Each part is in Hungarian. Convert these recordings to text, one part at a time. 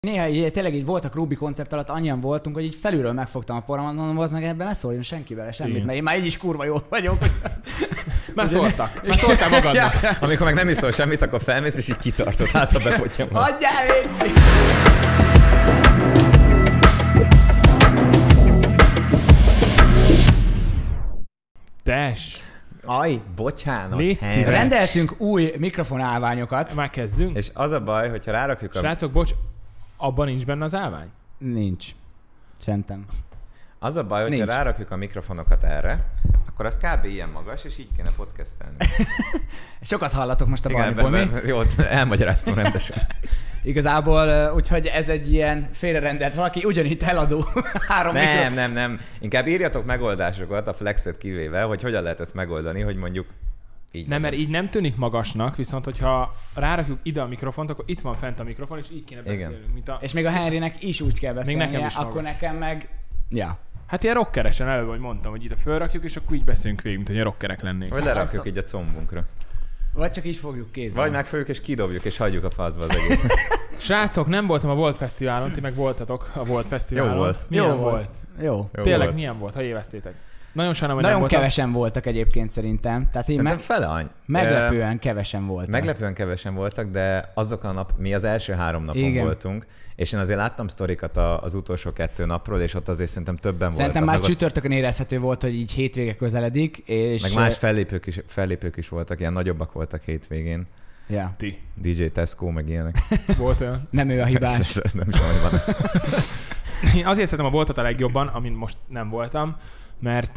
Néha így, tényleg így voltak Ruby koncert alatt, annyian voltunk, hogy így felülről megfogtam a poramat, mondom, az meg ebben ne szóljon senki vele semmit, mert én már így is kurva jól vagyok. Már szóltak. Már szóltál magadnak. Amikor meg nem is szól semmit, akkor felmész és így kitartod, hát ha bepotja magad. Adjál vécsi! Tes! Aj, bocsánat. Légy Rendeltünk új mikrofonálványokat. Már kezdünk? És az a baj, hogyha rárakjuk Srácok, bocs, abban nincs benne az állvány? Nincs. Szerintem. Az a baj, hogyha Nincs. rárakjuk a mikrofonokat erre, akkor az kb. Ilyen magas, és így kéne podcastelni. Sokat hallatok most a Barniból, mi? Jó, elmagyaráztam rendesen. Igazából, úgyhogy ez egy ilyen félrerendelt valaki, ugyanitt eladó három mikrofon. Nem. Inkább írjatok megoldásokat a Flexet kivéve, hogy hogyan lehet ezt megoldani, hogy mondjuk így. Nem, mert így nem tűnik magasnak, viszont hogyha rárakjuk ide a mikrofont, akkor itt van fent a mikrofon, és így kéne beszélnünk. Mint És még a Henrynek is úgy kell beszélnie, nekem is akkor magas. nekem meg... Ja. Hát ilyen rockeresen előbb, hogy mondtam, hogy ide fölrakjuk, és akkor így beszélünk végig, mint hogy rockerek lennénk. Vagy lerakjuk így a combunkra. Vagy csak így fogjuk kézzel. Vagy megfogjuk és kidobjuk, és hagyjuk a faszba az egész. Srácok, nem voltam a Volt Fesztiválon, ti meg voltatok a Volt Fesztiválon. Jó volt. Milyen volt? Jó. Tényleg volt. milyen volt, ha éveztétek? Nagyon sajnálom, hogy Nagyon nem voltam. kevesen voltak egyébként szerintem. Tehát így Szerintem fele annyi. meglepően kevesen voltak. Meglepően kevesen voltak, de azok a nap, mi az első 3 napon Igen. voltunk, és én azért láttam sztorikat az utolsó 2 napról, és ott azért szerintem többen Szerintem voltak. már csütörtökön érezhető volt, hogy így hétvége közeledik, és... Meg más fellépők is voltak, ilyen nagyobbak voltak hétvégén. Ja. Ti. DJ Tesco, meg ilyenek. Volt olyan. Nem ő a hibás. Ez nem is olyan, hogy van. Én azért szeretem a Voltot a legjobban, amin most nem voltam, mert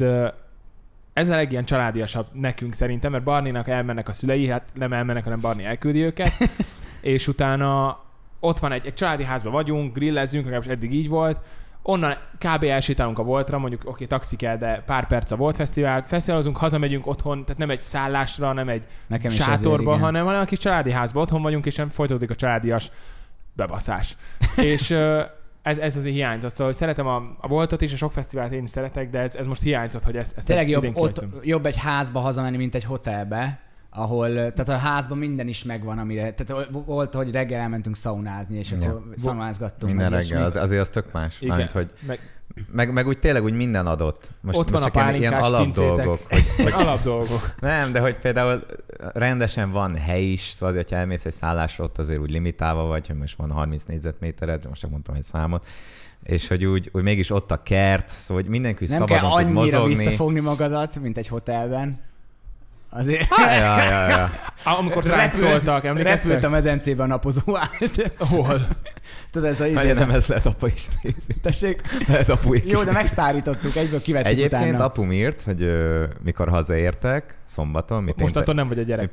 ez a legilyen családiasabb nekünk szerintem, mert Barninak elmennek a szülei, hát nem elmennek, hanem Barni elküldi őket, és utána ott van egy családi házban vagyunk, grillezzünk, legalábbis eddig így volt, onnan kb. Elsétálunk a Voltra, mondjuk oké, taxi kell, de pár perc a Volt Fesztivál, fesztiválozunk, hazamegyünk otthon, tehát nem egy szállásra, nem egy Nekem is sátorba, azért, hanem a kis családi házban otthon vagyunk, és folytatódik a családias bebaszás. És ez azért hiányzott, szóval hogy szeretem a Voltot is, a sok fesztivált én is szeretek, de ez most hiányzott, hogy ezt Tényleg idén jobb egy házba hazamenni, mint egy hotelbe, ahol, tehát a házban minden is megvan, amire, tehát volt, hogy reggel elmentünk szaunázni, és akkor szaunázgattunk. Minden reggel, azért az tök más. Igen. Mármint, hogy meg úgy tényleg úgy minden adott. Most, ott van most a csak ilyen pálinkás alapdolgok. alapdolgok. Nem, de hogy például rendesen van hely is, szóval azért, ha elmész egy szállásra, ott azért úgy limitálva vagy, hogy most van 30 négyzetmétered, most csak mondtam egy számot, és hogy úgy mégis ott a kert, szóval hogy mindenki Nem szabadon kell tud annyira mozogni. visszafogni magadat, mint egy hotelben. Azért... Ja. Amikor ránk szóltak, emlékeztek? Repült a medencébe a napozó állt. Hol? Tudod, ez a Azért nem ez lehet apa is nézni. Tessék? Lehet apuék Jó, is de megszárítottuk, egyből kivettük Egyébként utána. apum írt, hogy mikor hazaértek, szombaton, Mostantól nem vagy a gyerek.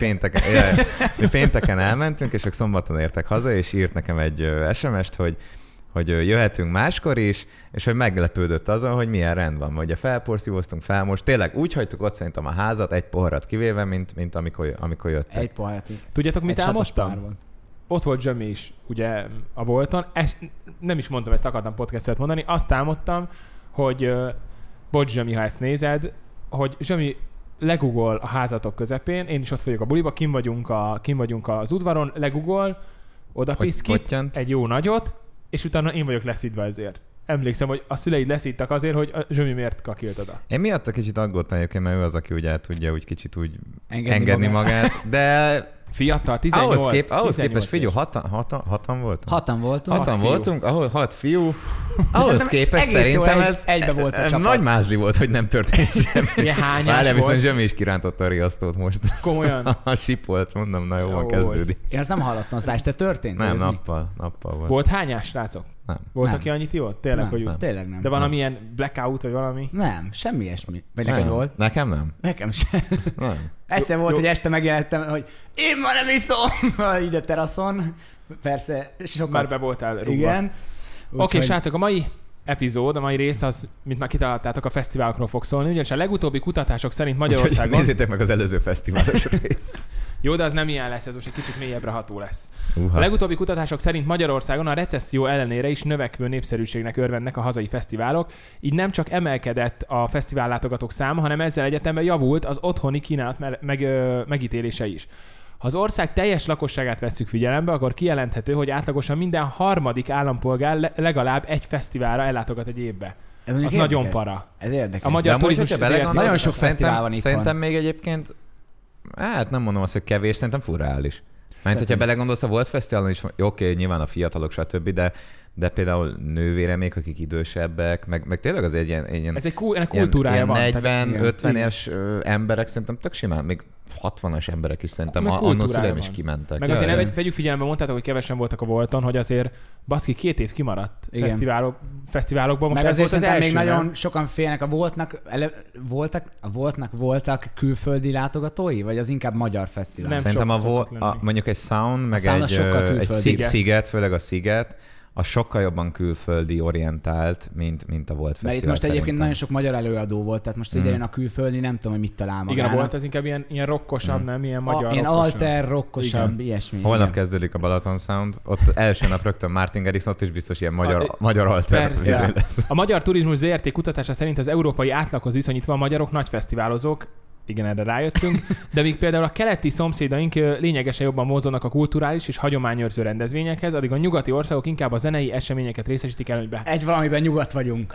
mi pénteken elmentünk, és ők szombaton értek haza, és írt nekem egy SMS-t, hogy jöhetünk máskor is, és hogy meglepődött azon, hogy milyen rend van. Ugye felporszívoztunk, felmost. Tényleg úgy hagytuk ott szerintem a házat, egy poharat kivéve, mint amikor jöttek. Egy poháratig. Tudjátok, mit Egy satos pohár álmodtam? volt. Ott volt Zsömi is, ugye a Volton. Nem is mondtam, ezt akartam podcastet mondani. Azt álmodtam, hogy bocs Zsömi, ha ezt nézed, hogy Zsömi legugol a házatok közepén, én is ott vagyok a buliba, kim vagyunk az udvaron, legugol, oda piszkít, egy jó nagyot, és utána én vagyok leszidva ezért. Emlékszem, hogy a szüleid leszíttak azért, hogy a Zsömi miért kakilt oda. Én miatta kicsit aggódtam egyébként, mert ő az, aki ugye el tudja úgy kicsit úgy Engedni magát, de Fiatal, 18. ahhoz képest, figyelj, hatan voltunk? Hatan voltunk, ahol 6 fiú. Ahhoz képest egész szerintem jól ez egybe volt a csapat. nagy mázli volt, hogy nem történt semmi. Ilyen hányás Várjál, volt. viszont Zsömi is kirántotta a riasztót most. Komolyan. A sipolt, mondom, na jó, Jó van kezdődik. Én azt nem hallottam, azt este történt? Nem, vagy ez mi? nappal volt. Volt hányás, srácok? Nem. Volt, Nem. aki annyit ivott? Tényleg, Nem, hogy nem. Tényleg nem. De valamilyen blackout, vagy valami? Nem, semmi ilyesmi. Vagy Nem. neked volt? Nekem nem. Nekem sem. Nem. Egyszer Jó, volt, jó. hogy este megjelentem, hogy én ma nem iszom, így a teraszon. Persze, sokat. Már be voltál rúgva. Igen. Oké, srácok, a mai epizód, a mai rész az, mint már kitaláltátok, a fesztiválokról fog szólni, ugyanis a legutóbbi kutatások szerint Úgyhogy Magyarországon... nézzétek meg az előző fesztiválos részt. Jó, de az nem ilyen lesz, ez most egy kicsit mélyebbre ható lesz. Uh-ha. A legutóbbi kutatások szerint Magyarországon a recesszió ellenére is növekvő népszerűségnek örvendnek a hazai fesztiválok, így nem csak emelkedett a fesztivállátogatók száma, hanem ezzel egyetemben javult az otthoni kínálat megítélése is. Ha az ország teljes lakosságát vesszük figyelembe, akkor kijelenthető, hogy átlagosan minden harmadik állampolgár legalább egy fesztiválra ellátogat egy évbe. Ez az nagyon para. Ez érdekes. A magyar turizmus nagyon sok fesztivál van itt. Szerintem még egyébként, hát nem mondom azt, hogy kevés, szerintem furreális. Mert hogyha belegondolsz, a volt fesztiválon is, oké, nyilván a fiatalok, stb., de például nővéremék, akik idősebbek, meg tényleg az egy ilyen ez egy kultúrája van. 40-50 éves emberek szerintem tök simán, még 60-as emberek is szerintem, annól szüleim is kimentek. Meg azért vegyük figyelembe, mondtátok, hogy kevesen voltak a Volton, hogy azért baszki 2 év kimaradt fesztiválokból. Most meg azért volt az még nagyon sokan félnek. Voltak külföldi látogatói, vagy az inkább magyar fesztivál? Nem szerintem mondjuk egy Sound, meg egy Sziget, főleg a Sziget, az sokkal jobban külföldi orientált, mint a Volt Fesztivál. Mert itt most egyébként nagyon sok magyar előadó volt, tehát most ide jön a külföldi, nem tudom, hogy mit talál magának. Igen, a Volt az inkább ilyen rockosabb, nem? Ilyen magyar ilyen alter, rockosabb, ilyesmi. Holnap kezdődik a Balaton Sound, ott első nap rögtön Martin Garrix, ott is biztos ilyen magyar alter lesz. A Magyar Turizmus ZRT kutatása szerint az európai átlaghoz viszonyítva a magyarok nagy fesztiválozók, igen, erre rájöttünk, de míg például a keleti szomszédaink lényegesen jobban mozognak a kulturális és hagyományőrző rendezvényekhez, addig a nyugati országok inkább a zenei eseményeket részesítik előnybe. Egy valamiben nyugat vagyunk.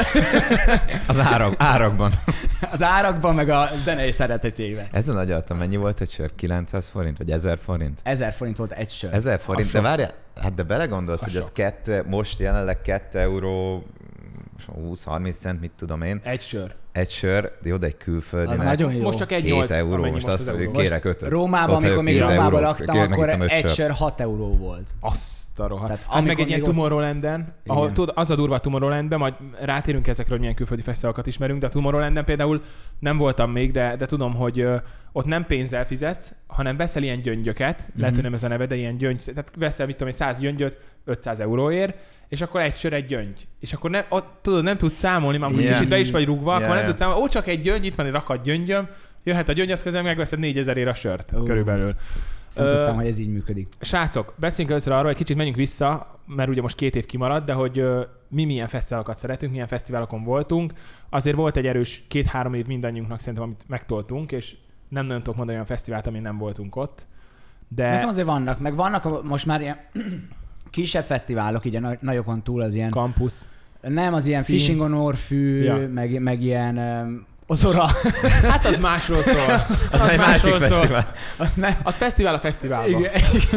Az árakban. Az árakban, meg a zenei szeretetében. Ezen agyaltam, mennyi volt egy sör? 900 forint, vagy 1000 forint? 1000 forint volt egy sör. 1000 forint, de várjál, hát de belegondolsz, hogy az most jelenleg 2 euró 20-30 cent, mit tudom én. Egy sör, de jó, de egy külföldi. Az nagyon jó. Most csak 2 euró, most azt mondjuk kérek 5-öt. Rómában, amikor még Rómában laktam, akkor egy sör 6 euró volt. Azt a rohadt. Hát meg egy ilyen Tomorrowlanden, ahol tudod, az a durva a Tomorrowlandben, majd rátérünk ezekre, hogy milyen külföldi fesztiválokat ismerünk, de a Tomorrowlanden például nem voltam még, de tudom, hogy ott nem pénzzel fizetsz, hanem veszel ilyen gyöngyöket, lehet, hogy nem ez a neve, de ilyen gyöngy, tehát veszel, mit tudom, 100 gyöngyöt 500 euróért, és akkor egy sör egy gyöngy. És akkor tudod, nem tudsz számolni, már kicsit be is vagy rúgva, akkor nem tudsz számolni, csak egy gyöngy, itt van egy rakat gyöngyöm, jöhet a gyöngy, az közben megveszed 4000-ért a sört körülbelül. Nem tudtam, hogy ez így működik. Srácok, beszéljünk először arról, egy kicsit menjünk vissza, mert ugye most 2 év kimaradt, de hogy mi milyen fesztiválokat szeretünk, milyen fesztiválokon voltunk. Azért volt egy erős 2-3 év mindannyiunknak szerintem, amit megtoltunk, és nem nagyon tudok mondani olyan fesztivált, amin nem voltunk ott. De... Nekem azért vannak most már ilyen kisebb fesztiválok, így a nagyokon túl az ilyen... Campus. Nem, az ilyen Fishing on Orfű, meg ilyen... Ozora. Hát az másról szól. Az egy másik fesztivál. Az fesztivál a fesztiválban. Igen.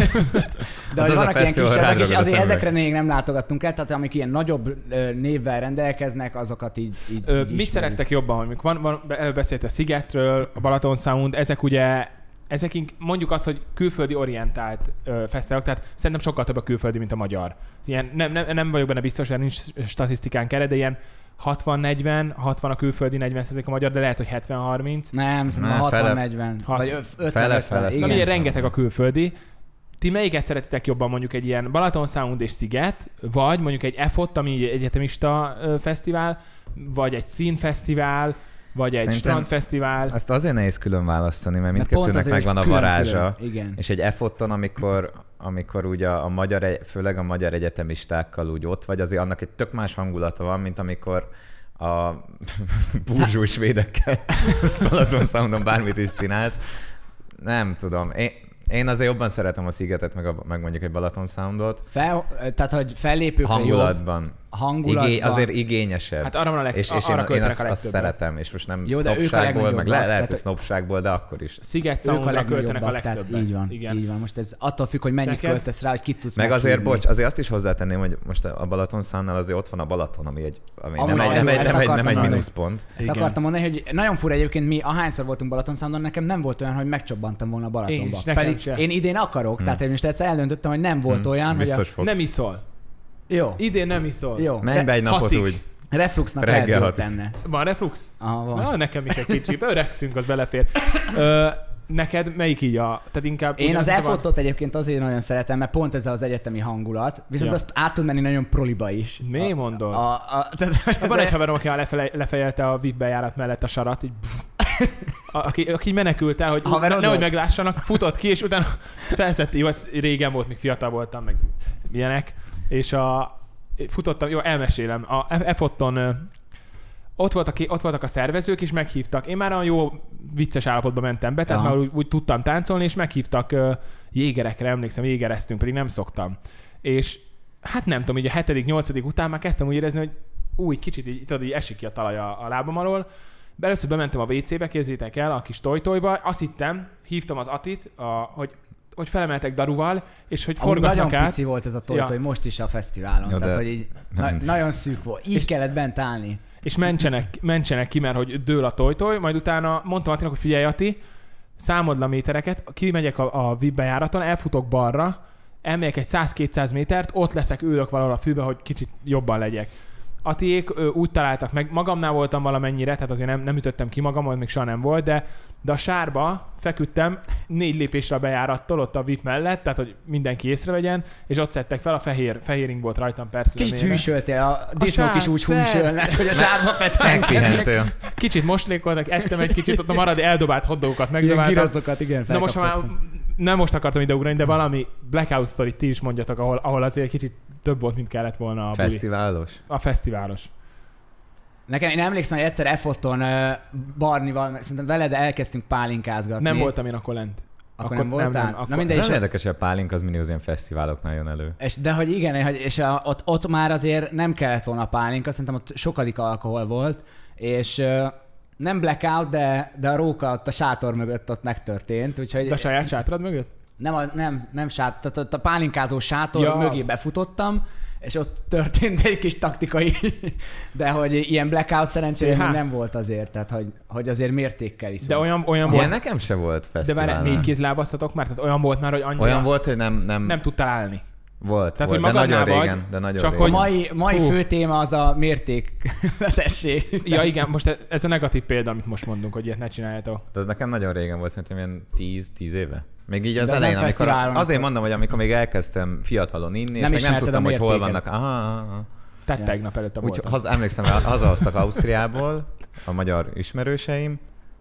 De az vannak ilyen kisebbek, és azért ezekre még nem látogattunk el, tehát amik ilyen nagyobb névvel rendelkeznek, azokat így mit szerettek jobban? Előbb beszélt a Szigetről, a Balaton Sound, ezek ugye... Ezek mondjuk azt, hogy külföldi orientált fesztiválok, tehát szerintem sokkal több a külföldi, mint a magyar. Ilyen, nem vagyok benne biztos, mert nincs statisztikán erre, de ilyen 60-40, 60 a külföldi, 40% a magyar, de lehet, hogy 70-30. Nem, szerintem 60-40. Vagy 50-50. Igen, rengeteg a külföldi. Ti melyiket szeretitek jobban, mondjuk egy ilyen Balaton Sound és Sziget, vagy mondjuk egy EFOT, ami egy egyetemista fesztivál, vagy egy színfesztivál, vagy egy strandfesztivál. Azt azért nehéz külön választani, mert mindkettőnek megvan a varázsa. Külön. És egy EFOT-on, amikor ugye főleg a magyar egyetemistákkal úgy ott vagy, azért annak egy tök más hangulata van, mint amikor a burzsúj svédekkel Balaton Soundon bármit is csinálsz. Nem tudom. Én azért jobban szeretem a Szigetet, meg mondjuk egy Balaton Soundot. Tehát, hogy fellépőkre hangulatban. Azért igényesebb. Hát arra van és én azt szeretem, és most nem sznopságból, meg lehet, hogy sznopságból, de akkor is. Sziget Soundra költenek a legtöbbet. Így van. Most ez attól függ, hogy mennyit költesz rá, hogy kit tudsz meg azért, azért azt is hozzátenném, hogy most a Balaton Soundnál azért ott van a Balaton, ami nem egy mínuszpont. Ezt akartam mondani, hogy nagyon fura egyébként mi, ahányszor voltunk Balaton Soundon, nekem nem volt olyan, hogy megcsobbantam volna a Balatonba. Pedig én idén akarok, tehát én most egyszer eldöntöttem, hogy nem volt olyan, hogy nem iszol. Jó. Idén nem iszol. Jó. Menj be egy napot úgy. Refluxnak lehet jót tenne. Van reflux? Van. Na, nekem is egy kicsi. Öregszünk, az belefér. Neked melyik így tehát inkább... Én az EFOT-ot egyébként azért nagyon szeretem, mert pont ez az egyetemi hangulat. Viszont azt át tud menni nagyon proliba is. Mi mondod? Van egy haverom, aki lefejelte a VIP bejárat mellett a sarat, így... aki menekült el, hogy nehogy meglássanak, futott ki, és utána felszett, jó, ez régen volt, még fiatal voltam, meg ilyenek, és futottam, jó, elmesélem, a EFOT-on ott voltak a szervezők, és meghívtak. Én már olyan jó vicces állapotban mentem be, tehát már úgy tudtam táncolni, és meghívtak jégerekre, emlékszem, jégereztünk, pedig nem szoktam. És hát nem tudom, így a 7.-8. után már kezdtem úgy érezni, hogy úgy kicsit így esik ki a talaj a lábam alól. Először bementem a WC-be, képzeljétek el, a kis tojtojba, azt hittem, hívtam az Atit, hogy felemeltek daruval, és hogy forgatnak nagyon át. Pici volt ez a tojtoj, most is a fesztiválon, Jó, tehát hogy így nagyon szűk volt. Így kellett bent állni. És mentsenek ki, mert hogy dől a tojtoj, majd utána mondtam Attinak, hogy figyelj Ati, számold a métereket, kimegyek a VIP bejáraton, elfutok balra, elmegyek egy 100-200 métert, ott leszek, ülök valahol a fűbe, hogy kicsit jobban legyek. Atiék úgy találtak meg, magamnál voltam valamennyire, tehát azért nem ütöttem ki magam, még soha nem volt, de a sárba feküdtem 4 lépésre a bejárattól, ott a VIP mellett, tehát hogy mindenki észrevegyen, és ott szedtek fel, a fehéring volt rajtam persze. Kicsit hűsöltél, a disznók is úgy hűsölnek, hogy a sárba Megpihentél. Kicsit moslékoltak, ettem egy kicsit, ott a marad eldobált hotdogokat megzaváltam. Ilyen giroszokat, igen, na most már nem most akartam ideugrani, de valami blackout story ti is mondjatok, ahol azért kicsit több volt, mint kellett volna a Fesztiválos? A fesztiválos. Nekem én emlékszem, hogy egyszer F-otton Barnival, szerintem veled elkezdtünk pálinkázgatni. Nem voltam én akkor lent. Akkor nem voltál? Nem. Na mindegy, ez érdekes, hogy a pálink az mindig az ilyen fesztiváloknál jön elő. De hogy igen, és ott már azért nem kellett volna a pálinka, szerintem ott sokadik alkohol volt, és nem blackout, de a róka ott a sátor mögött ott megtörtént. Úgyhogy de a saját sátrad mögött? Nem sátor, tehát a pálinkázó sátor mögé befutottam, és ott történt egy kis taktikai, de hogy ilyen blackout szerencsére nem volt azért, tehát hogy azért mértékkel is. De olyan volt. Nekem se volt fesztiválon. De már 4 kézlábaztatok már, tehát olyan volt már, hogy annyira... Olyan volt, hogy nem tudtál állni. Volt, tehát, volt, hogy de nagyon vagy, régen. De nagyon csak régen. A mai fő téma az a mértékletesség. Ja igen, most ez a negatív példa, amit most mondunk, hogy ilyet ne csináljátok. De ez nekem nagyon régen volt, szerintem ilyen 10 éve. Még így az elején, azért mondom, hogy amikor még elkezdtem fiatalon inni, és még nem tudtam, hogy hol vannak. Tehát tegnap előtt voltam. Emlékszem, hazahoztak Ausztriából a magyar ismerőseim.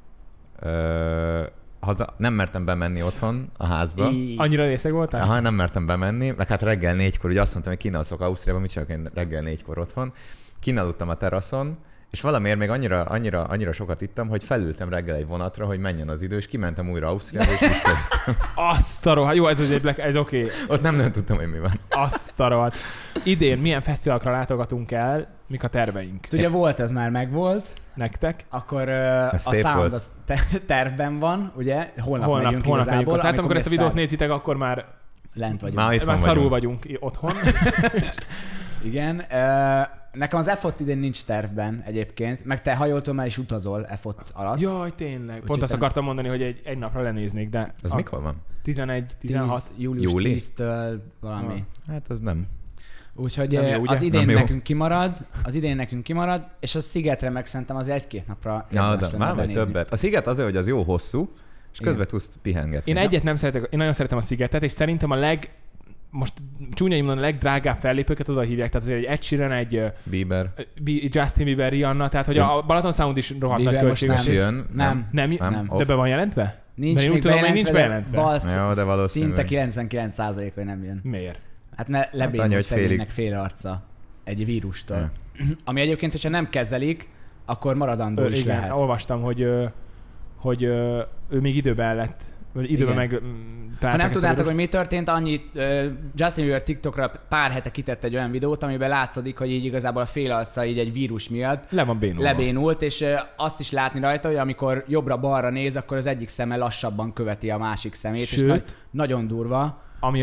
Nem mertem bemenni otthon a házba. Annyira részeg voltál? Nem mertem bemenni, meg hát reggel 4-kor, ugye azt mondtam, hogy kínálszok Ausztriában, mit csinálok én reggel 4-kor otthon. Kínáludtam a teraszon, és valamiért még annyira sokat ittam, hogy felültem reggel egy vonatra, hogy menjen az idő, és kimentem újra Ausztriába, és visszajöttem. Azt a rohadt. Jó, ez oké. Ott nem tudtam, hogy mi van. Azt a rohadt. Idén milyen fesztiválokra látogatunk el, mik a terveink? Ugye volt, ez már megvolt. Nektek? Akkor a Sound az tervben van, ugye? Holnap megyünk igazából. Hát amikor ezt a videót nézitek, akkor már lent vagyunk. Már szarul vagyunk otthon. Igen. Nekem az F-ot idén nincs tervben egyébként, meg te hajoltól már is utazol F-ot alatt. Jaj, tényleg. Pont azt akartam mondani, hogy egy napra lenéznék, de... Ez mikor van? 11, 16. Július 10-től valami. Hát az nem. Úgyhogy nem jó, az idén nekünk kimarad, és a Szigetre meg szerintem az 1-2 napra érdemes lenne benézni. Többet. A Sziget azért, hogy az jó hosszú, és közben tudsz pihengetni. Én egyet nem szeretek, én nagyon szeretem a Szigetet, és szerintem most csúnya mondani, a legdrágább fellépőket oda hívják, tehát azért egy Ed Sheeran, egy Bieber. Justin Bieber, Rihanna, tehát hogy a Balaton Sound is rohadt nagy költséges. Nem. De be van jelentve? Nincs még bejelentve, nincs bejelentve. Szinte 99% hogy nem jön. Miért? Hát mert lebénult szegénynek fél arca egy vírustól. Ami egyébként, hogyha nem kezelik, akkor maradandó is igen, lehet. Olvastam, hogy ő még időben lett. Vagy időben meg... Ha nem tudnátok, hogy mi történt, annyit Justin Bieber TikTokra pár hete kitett egy olyan videót, amiben látszódik, hogy így igazából a fél arca így egy vírus miatt lebénult, és azt is látni rajta, hogy amikor jobbra-balra néz, akkor az egyik szeme lassabban követi a másik szemét. Sőt, és nagyon durva. Ami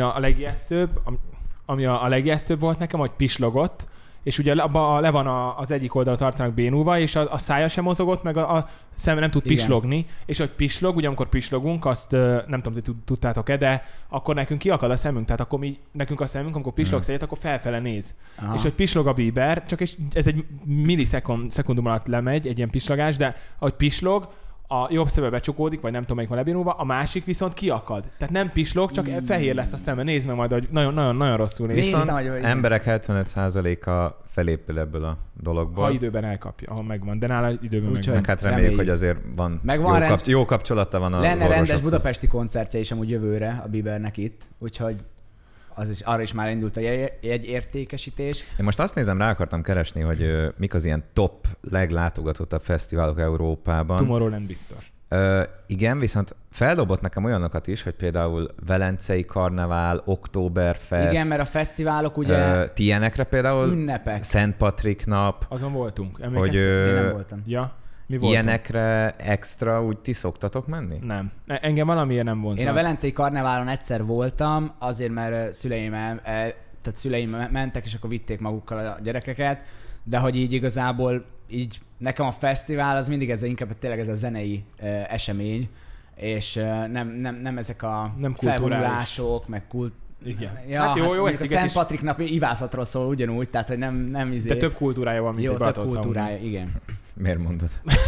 a legijesztőbb volt nekem, hogy pislogott, és ugye le van az egyik oldal az arcának bénulva, és a szája sem mozogott, meg a szeme nem tud pislogni, és hogy pislog, ugye amikor pislogunk, azt nem tudom, hogy tudtátok-e, de akkor nekünk kiakad a szemünk, tehát akkor nekünk a szemünk, amikor pislogsz egyet, akkor felfele néz. Aha. És hogy pislog a Bieber, csak ez egy millisekundum alatt lemegy, egy ilyen pislogás, de ahogy pislog, a jobb szeme becsukódik, vagy nem tudom, melyik van lebénulva, a másik viszont kiakad. Tehát nem pislog, csak fehér lesz a szeme. Nézd meg majd, hogy nagyon rosszul néz. Viszont emberek 75%-a felépül ebből a dologból. Ha időben elkapja, ha megvan. De nála időben megvan. Meg hát reméljük, hogy azért van jó kapcsolata van az lenne rendes budapesti koncertje is amúgy jövőre a Biebernek itt, úgyhogy... arra is már indult a jegyértékesítés. Én most azt nézem, rá akartam keresni, hogy mik az ilyen top, leglátogatottabb fesztiválok Európában. Tomorrowland biztos. Igen, viszont feldobott nekem olyanokat is, hogy például Velencei Karnevál, Oktoberfest. Igen, mert a fesztiválok ugye... Ti ilyenekre például? Ünnepek. Szent Patrik nap. Azon voltunk. Hogy, én nem voltam. Ja. Ilyenekre extra úgy ti szoktatok menni? Nem. Engem valamiért nem vonzal. Én a Velencei Karneválon egyszer voltam, azért mert szüleim mentek, és akkor vitték magukkal a gyerekeket, de hogy így igazából így nekem a fesztivál az mindig inkább tényleg ez a zenei esemény, és nem ezek a felvonulások, meg Igen. Ja, hát jó, a Szent Patrik nap ivászatról szól ugyanúgy, tehát hogy nem De több kultúrája van, mint jó, egy Balatonszalon. Jó, több kultúrája, igen. Miért mondod?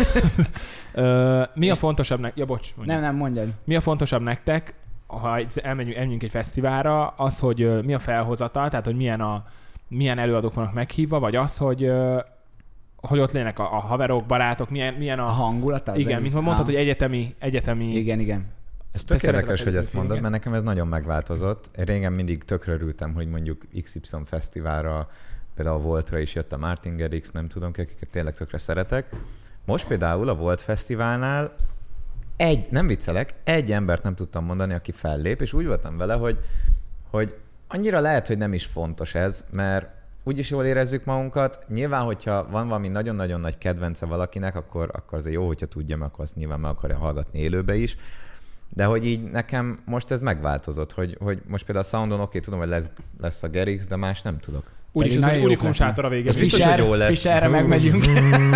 Mi a fontosabb nektek? Ja, bocs. Mondjad. Nem, mondjad. Mi a fontosabb nektek, ha elmegyünk egy fesztiválra, az, hogy mi a felhozata, tehát hogy milyen előadók vannak meghívva, vagy az, hogy ott lennek a haverok, barátok, milyen a hangulata? Igen, mint mondtad, hogy egyetemi... Igen. Ez tök érdekes, hogy ezt mondod, mert nekem ez nagyon megváltozott. Én régen mindig tökre örültem, hogy mondjuk XY fesztiválra, például a Voltra is jött a Martin Garrix, nem tudom, akiket tényleg tökre szeretek. Most például a Volt Fesztiválnál nem viccelek, egy embert nem tudtam mondani, aki fellép, és úgy voltam vele, hogy annyira lehet, hogy nem is fontos ez, mert úgyis jól érezzük magunkat. Nyilván, hogyha van valami nagyon-nagyon nagy kedvence valakinek, akkor azért jó, hogyha tudja, mert akkor azt nyilván meg akarja hallgatni élőbe is. De hogy így nekem most ez megváltozott, hogy most például a Soundon oké, tudom, hogy lesz a Garrix, de más nem tudok. Úgyis az Unikum sátor a vége. Fischerre megmegyünk.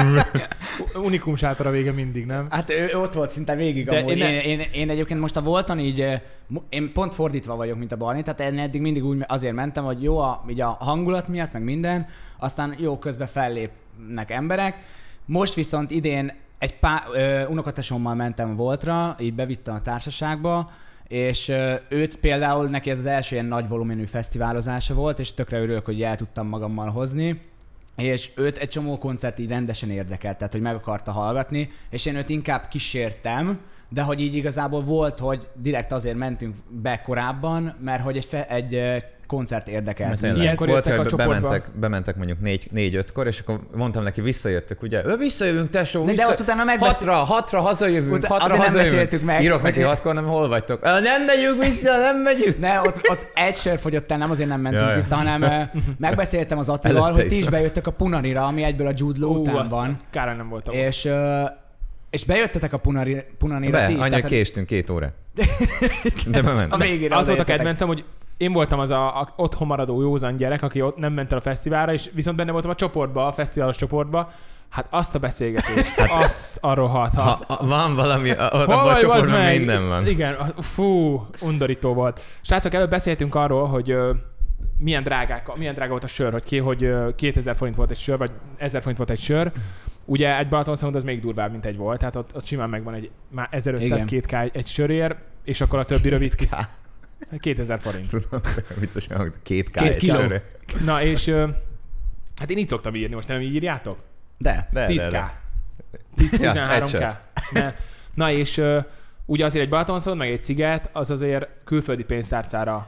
Unikum sátor a vége mindig, nem? Hát ő ott volt szinte végig amúgy. Én egyébként most a Volton így, én pont fordítva vagyok, mint a Barni, tehát én eddig mindig úgy azért mentem, hogy jó így a hangulat miatt, meg minden, aztán jó közben fellépnek emberek. Most viszont idén egy unokatesommal mentem Voltra, így bevittem a társaságba, és őt például neki ez az első ilyen nagy volumenű fesztiválozása volt, és tökre örülök, hogy el tudtam magammal hozni, és őt egy csomó koncert így rendesen érdekelt, tehát hogy meg akarta hallgatni, és én őt inkább kísértem, de hogy így igazából volt, hogy direkt azért mentünk be korábban, mert hogy egy koncert érdekelt. Ilyenkor volt, hogy bementek mondjuk 4-5-kor, és akkor mondtam neki, visszajöttök, ugye? Visszajövünk, tesó, de ott utána 6-ra hazajövünk, 6-ra hazajövünk. Meg. Írok neki 6-kor, nem, hol vagytok? Nem megyünk vissza, nem megyünk. Ne, ott egy sör fogyott el, nem azért nem mentünk vissza, hanem megbeszéltem az Attival, hogy ti is bejöttek a Punarira, ami egyből a Jude Law után van. Kár, nem voltam. És bejöttetek a Punanira ti is? Annyi késtünk 2 órát. De bement. A végére az volt a kedvencem, hogy én voltam az a otthon maradó józan gyerek, aki ott nem ment el a fesztiválra, és viszont benne voltam a csoportba, a fesztiválos csoportba. Hát azt a beszélgetést, azt a rohadt. Van valami, ott a csoportban minden van. Igen, undorító volt. Srácok, előbb beszéltünk arról, hogy milyen drága volt a sör, hogy 2000 forint volt egy sör, vagy 1000 forint volt egy sör. Ugye egy Balatonszalon az még durvább, mint egy volt, tehát ott simán megvan egy már 1500 2K egy sörér, és akkor a többi rövid 2000 forint. Tudom, viccesen hangzik, 2K 2 kiló. Sörre. Na és hát én így szoktam írni, most nem így írjátok? De 10K. 13K. Na és ugye azért egy Balatonszalon, meg egy sziget, az azért külföldi pénztárcára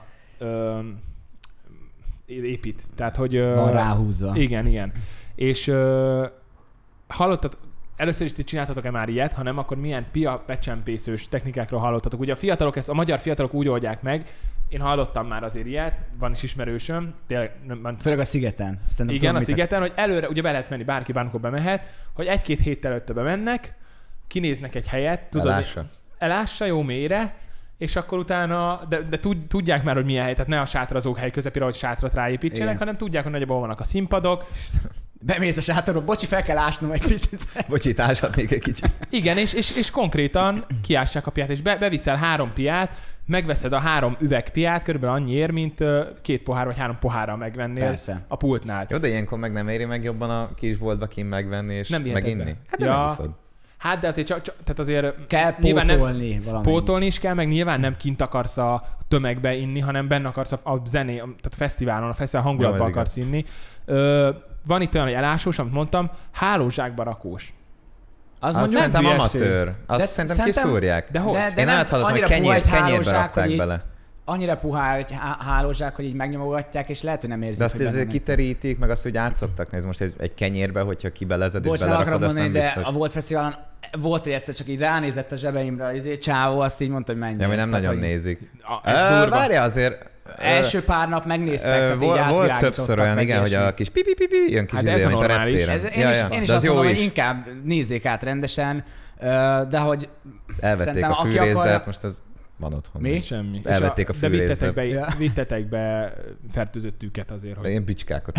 épít. Tehát, hogy... van ráhúzva. Igen. És hallottad, először is ti csináltatok-e már ilyet, ha nem, akkor milyen becsempészős technikákról hallottatok? Ugye a magyar fiatalok úgy oldják meg, én hallottam már azért ilyet, van is ismerősöm, tényleg... Főleg a szigeten. Szerintem igen, a szigeten, hogy előre ugye be lehet menni, bárki bármikor bemehet, hogy 1-2 héttel előtte bemennek, kinéznek egy helyet, tudod, elássa jó mélyre, és akkor utána, de tudják már, hogy milyen hely, tehát ne a sátrazók hely közepére, hogy sátrat ráépítsenek, igen, hanem tudják, hogy nagyjából vannak a színpadok. Bemész a sátorba, bocsi, fel kell ásnom egy picit. Bocsi, áshatnék egy kicsit. Igen, és konkrétan kiássák a piát, és beviszel 3 piát, megveszed a 3 üveg piát, körülbelül annyi ér, mint 2 pohár vagy 3 pohárral megvennél. Persze. A pultnál. Jó, de ilyenkor meg nem éri meg jobban a kisboltba kint megvenni és meginni? Hát de megiszod. Hát de azért tehát azért kell pótolni valamit. Pótolni is kell, meg nyilván nem kint akarsz a tömegbe inni, hanem benne akarsz a zené, tehát a fesztiválon, a fesztivál hangulatban akarsz inni. Van itt olyan, hogy elásós, amit mondtam, hálózsákba rakós. Az mondjuk szerintem amatőr. Azt szerintem kiszúrják. De hol? Én áthallottam, hogy kenyérbe rakták bele. annyira puhá egy hálózsák, hogy így megnyomogatják, és lehet, hogy nem érzik. De azt ezért kiterítik, meg azt, hogy átszoktak nézni most egy kenyérbe, hogyha kibelezed és belerakod, azt nem biztos. De a Volt Fesztiválon volt, hogy egyszer csak így ránézett a zsebeimre, csávó, azt így mondta, hogy menj. Ja, mi nem nagyon nézik. Várja azért... Első pár nap megnéztek, volt többször olyan, igen, hogy a kis pipi, jön kis hát ez a normális. Én is azt mondom, hogy inkább nézzék át rendesen, de hogy... Elvették a fűrészdet, most ez van otthon. Mi? Semmi. Elvették a fűrészdet. De vittetek be fertőzött tűket azért, hogy... Én bicskákat.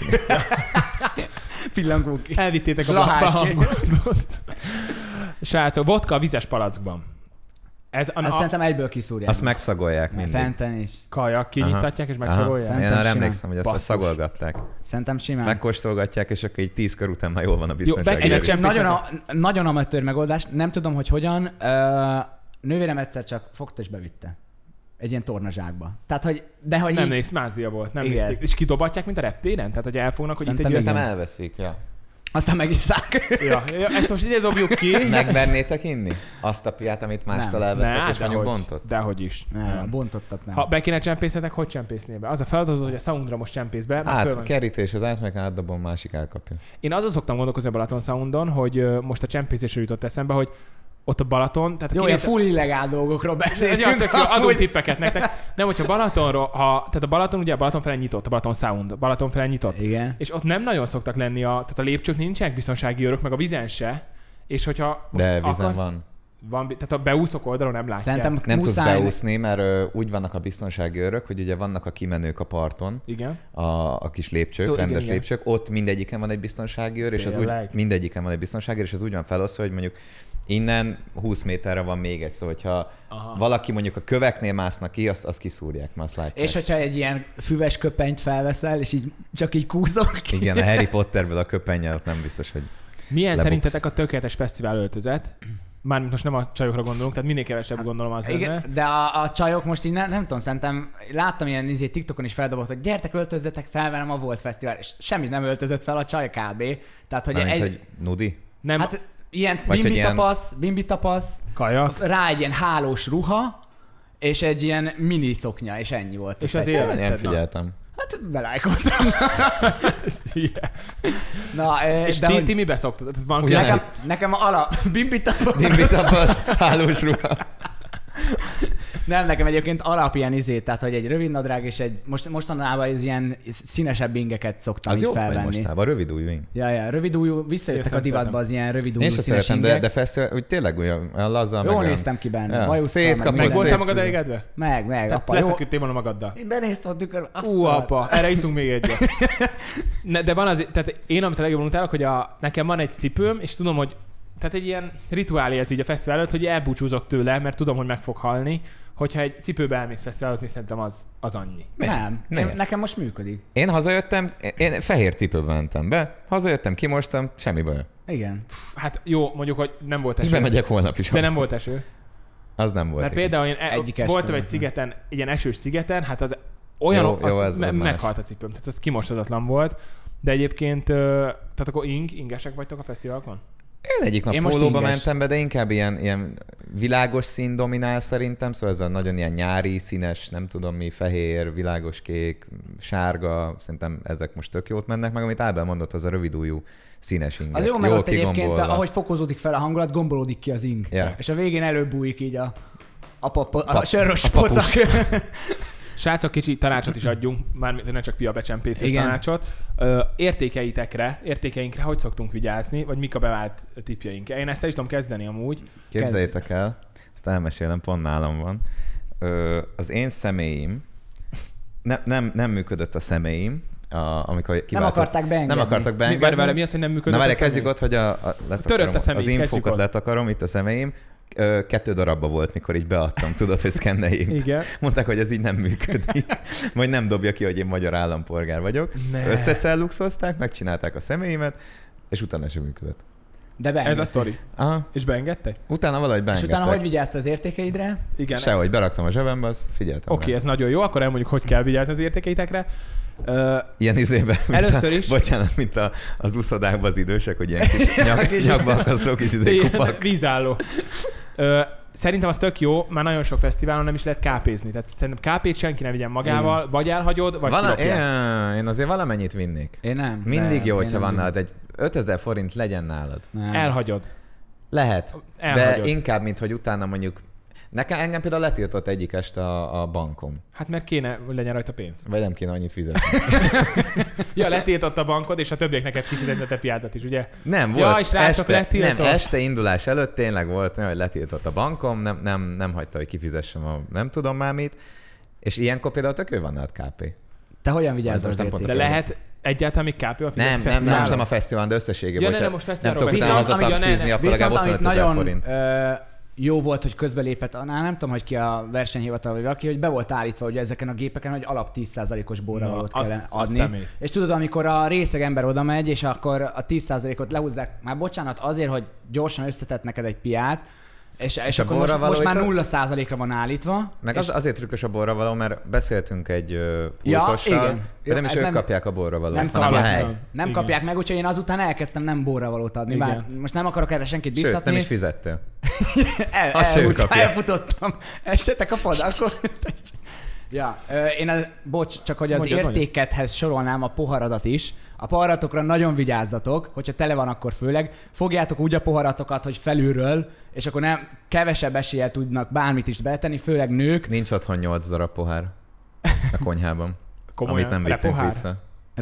Pillangók. Elvittétek a hangot. Srácok, vodka a vizes palackban. Azt szerintem egyből kiszúrják. Azt megszagolják mindig. Szerintem is. Kajak, kinyitatják és megszagolják? Én arra emlékszem, hogy azt szagolgatták. Szerintem simán. Megkóstolgatják, és akkor egy 10 kör után már jól van a biztonság. Nagyon amatőr megoldás. Nem tudom, hogy hogyan. Nővérem egyszer csak fogta és bevitte. Egy ilyen tornazsákba. Tehát, hogy... Nem néz, mázia volt. Nem nézték. És kidobatják, mint a reptéren? Tehát, hogy elfognak, hogy szerintem itt egy... elveszik, ja. Aztán megisszák. Ja, ezt most ide dobjuk ki. Megmernétek inni? Azt a piát, amit mástól elvesztek, és mondjuk bontott? Dehogy is. Nem, bontottat nem. Ha be kéne csempészetek, hogy csempésznél be? Az a feladat, hogy a Soundra most csempész be. A kerítés az át, meg átdobom, másik elkapja. Én azon szoktam gondolkozni a Balaton Soundon, hogy most a csempészésről jutott eszembe, hogy ott a Balaton... Tehát jó, full illegál dolgokról beszélünk. Tök jó, adunk tippeket nektek. Nem, hogyha Balatonról, tehát a Balaton ugye a Balaton fele nyitott, a Balaton Sound, Balaton fele nyitott. Igen. És ott nem nagyon szoktak lenni tehát a lépcsők nincsenek biztonsági őrök, meg a vizen se. És hogyha de vizen van. Tehát a beúszok oldalon nem látják. Szerintem nem tudsz beúszni, mert úgy vannak a biztonsági őrök, hogy ugye vannak a kimenők a parton, igen. A kis lépcsők, rendes lépcsők, ott mindegyiken van egy biztonsági őr, és az úgy, mindegyiken van egy biztonsági őr, és az úgy van felosztva, hogy mondjuk innen 20 méterre van még egy, szóval hogyha valaki mondjuk a köveknél másznak ki, azt kiszúrják, mert azt látják. És hogyha egy ilyen füves köpenyt felveszel, és így csak így kúszol ki. Igen, a Harry Potterből a köpennyel nem biztos, hogy milyen szerintetek a tökéletes fesztivál öltözet? Mármint most nem a csajokra gondolunk, tehát minél kevesebb gondolom az lenne. De a csajok most így nem tudom, szerintem láttam ilyen TikTokon is feldobott, hogy gyertek öltözzetek fel velem a Volt Fesztivál, és semmit nem öltözött fel a csaj kb. Tehát, hogy hogy nudi? Nem. Hát ilyen bimbi tapasz, kajak, rá egy ilyen hálós ruha, és egy ilyen mini szoknya, és ennyi volt. És az élvezted? Nem figyeltem. Hát belájkoltam. És ti mibe szoktad? Nekem bimbi tapasz, hálós ruha. Nem, nekem egyébként alap ilyen tehát hogy egy rövid nadrág és egy mostanában ez ilyen színesebb ingeket szoktam így felvenni. Az jó, mostában rövid ujjú ing. Ja, rövid ujjú, visszajöttek a divatba az ilyen rövid ujjú színes ingek. Én szeretem, de fesztivál, úgy tényleg olyan laza. Jól néztem ki benne, bajusszal. Meg voltál magad elégedve? Meg, apa. Lefeküdtél volna magaddal. Én benéztem a tükör. Apa, erre iszunk még egyet. De van az, tehát én amit a legjobban utálok, hogy nekem van egy cipőm, és tudom, hogy tehát egy ilyen rituálé ez így a fesztivál előtt, hogy elbúcsúzok tőle, mert tudom, hogy meg fog halni. Hogyha egy cipőbe elmész fesztiválozni, szerintem az annyi. Nem. Nekem most működik. Én hazajöttem, én fehér cipőbe mentem be, hazajöttem, kimostam, semmi baj. Igen. Hát jó, mondjuk, hogy nem volt eső. És bemegyek holnap is. De nem volt eső. Az nem volt. Mert például én voltam egy szigeten, egy ilyen esős szigeten, hát az olyan, meghalt a cipőm, tehát az kimostatatlan volt. De egyébként, tehát akkor ingesek vagytok a fesztiválokon? Én egyik nap pólóba mentem be, de inkább ilyen világos szín dominál szerintem, szóval ez a nagyon ilyen nyári, színes, nem tudom mi, fehér, világos kék, sárga, szerintem ezek most tök jót mennek, meg amit Ábel mondott, az a rövidújú színes ing. Az jó, meg ott egyébként, ahogy fokozódik fel a hangulat, gombolódik ki az ing. Yeah. És a végén előbújik így a sörös pocak. Srácok, kicsi tanácsot is adjunk, mármint, hogy ne csak pia becsempészés tanácsot. Értékeinkre hogy szoktunk vigyázni, vagy mik a bevált tippjeink? Én ezt el is tudom kezdeni amúgy. Képzeljétek el, ezt elmesélem, pont nálam van. Az én személyim, nem működött a személyim, amikor nem akarták beengedni. Nem akartak beengedni. Várj, mi az, hogy nem működött a személyim? Kezdjük ott, hogy az infókat letakarom, itt a személyim. 2 darabba volt, mikor így beadtam, tudod, hogy szkenneljék. Igen. Mondták, hogy ez így nem működik. Majd nem dobja ki, hogy én magyar állampolgár vagyok. Összecelluxozták, megcsinálták a személyimet, és utána sem működött. De beengedtek. Ez a sztori. Aha. És beengedtek? Utána valahogy beengedtek. És utána hogy vigyáztál az értékeidre? Igen. Sehogy, beraktam a zsebembe, azt figyeltem. Oké, ez nagyon jó, akkor elmondjuk, hogy kell vigyázni az értékeitekre. Ilyen izében, először is. Bocsánat, mint az úszodákban az idősek, hogy ilyen kis nyakban akasztó kis kupak. Vízálló. Szerintem az tök jó, már nagyon sok fesztiválon nem is lehet kápézni. Tehát szerintem kápét senki nem vigyen magával, vagy elhagyod, vagy én azért valamennyit vinnék. Én nem. Mindig jó, hogyha van nálad. Egy 5000 forint legyen nálad. Nem. Elhagyod. Lehet. Elhagyod. De inkább, mint hogy utána mondjuk engem például letiltott egyik este a bankom. Hát mert kéne, hogy legyen rajta pénz. Vagy nem kéne annyit fizetni. Ja, letiltott a bankod, és a többiek neked kifizetni a te piádat is, ugye? Nem, volt. És este indulás előtt tényleg volt, hogy letiltott a bankom, nem hagyta, hogy kifizessem a nem tudom már mit. És ilyenkor például tök jó van nálad KP. Te hogyan vigyázol az értéket? De lehet egyáltalán még KP a nem a fesztiválon, de összességében. Ja, nem most fesztiválról. Nem tudok hazataxizni, akkor legalább 55 000 forint. Jó volt, hogy közbelépett, nem tudom, hogy ki a versenyhivatal vagy valaki, hogy be volt állítva, hogy ezeken a gépeken, hogy alap 10%-os borravalót kell adni. És tudod, amikor a részeg ember oda megy, és akkor a 10%-ot lehúzzák, már bocsánat, azért, hogy gyorsan összetett neked egy piát, és akkor most már 0%-ra van állítva. Meg azért trükkös a borravaló, mert beszéltünk egy pultossal, de nem is ők kapják a borravalót, hanem a hely. Nem kapják meg, úgyhogy én azután elkezdtem nem borravalót adni. Bár most nem akarok erre senkit biztatni. Sőt, nem is fizettél. Elfutottam. Ezt se te kapod, akkor... Ja, bocs, csak hogy az értékethez sorolnám a poharadat is. A poharatokra nagyon vigyázzatok, hogyha tele van, akkor főleg. Fogjátok úgy a poharatokat, hogy felülről, és akkor nem kevesebb eséllyel tudnak bármit is beletenni, főleg nők. Nincs otthon 8 darab pohár a konyhában, amit nem vittünk vissza.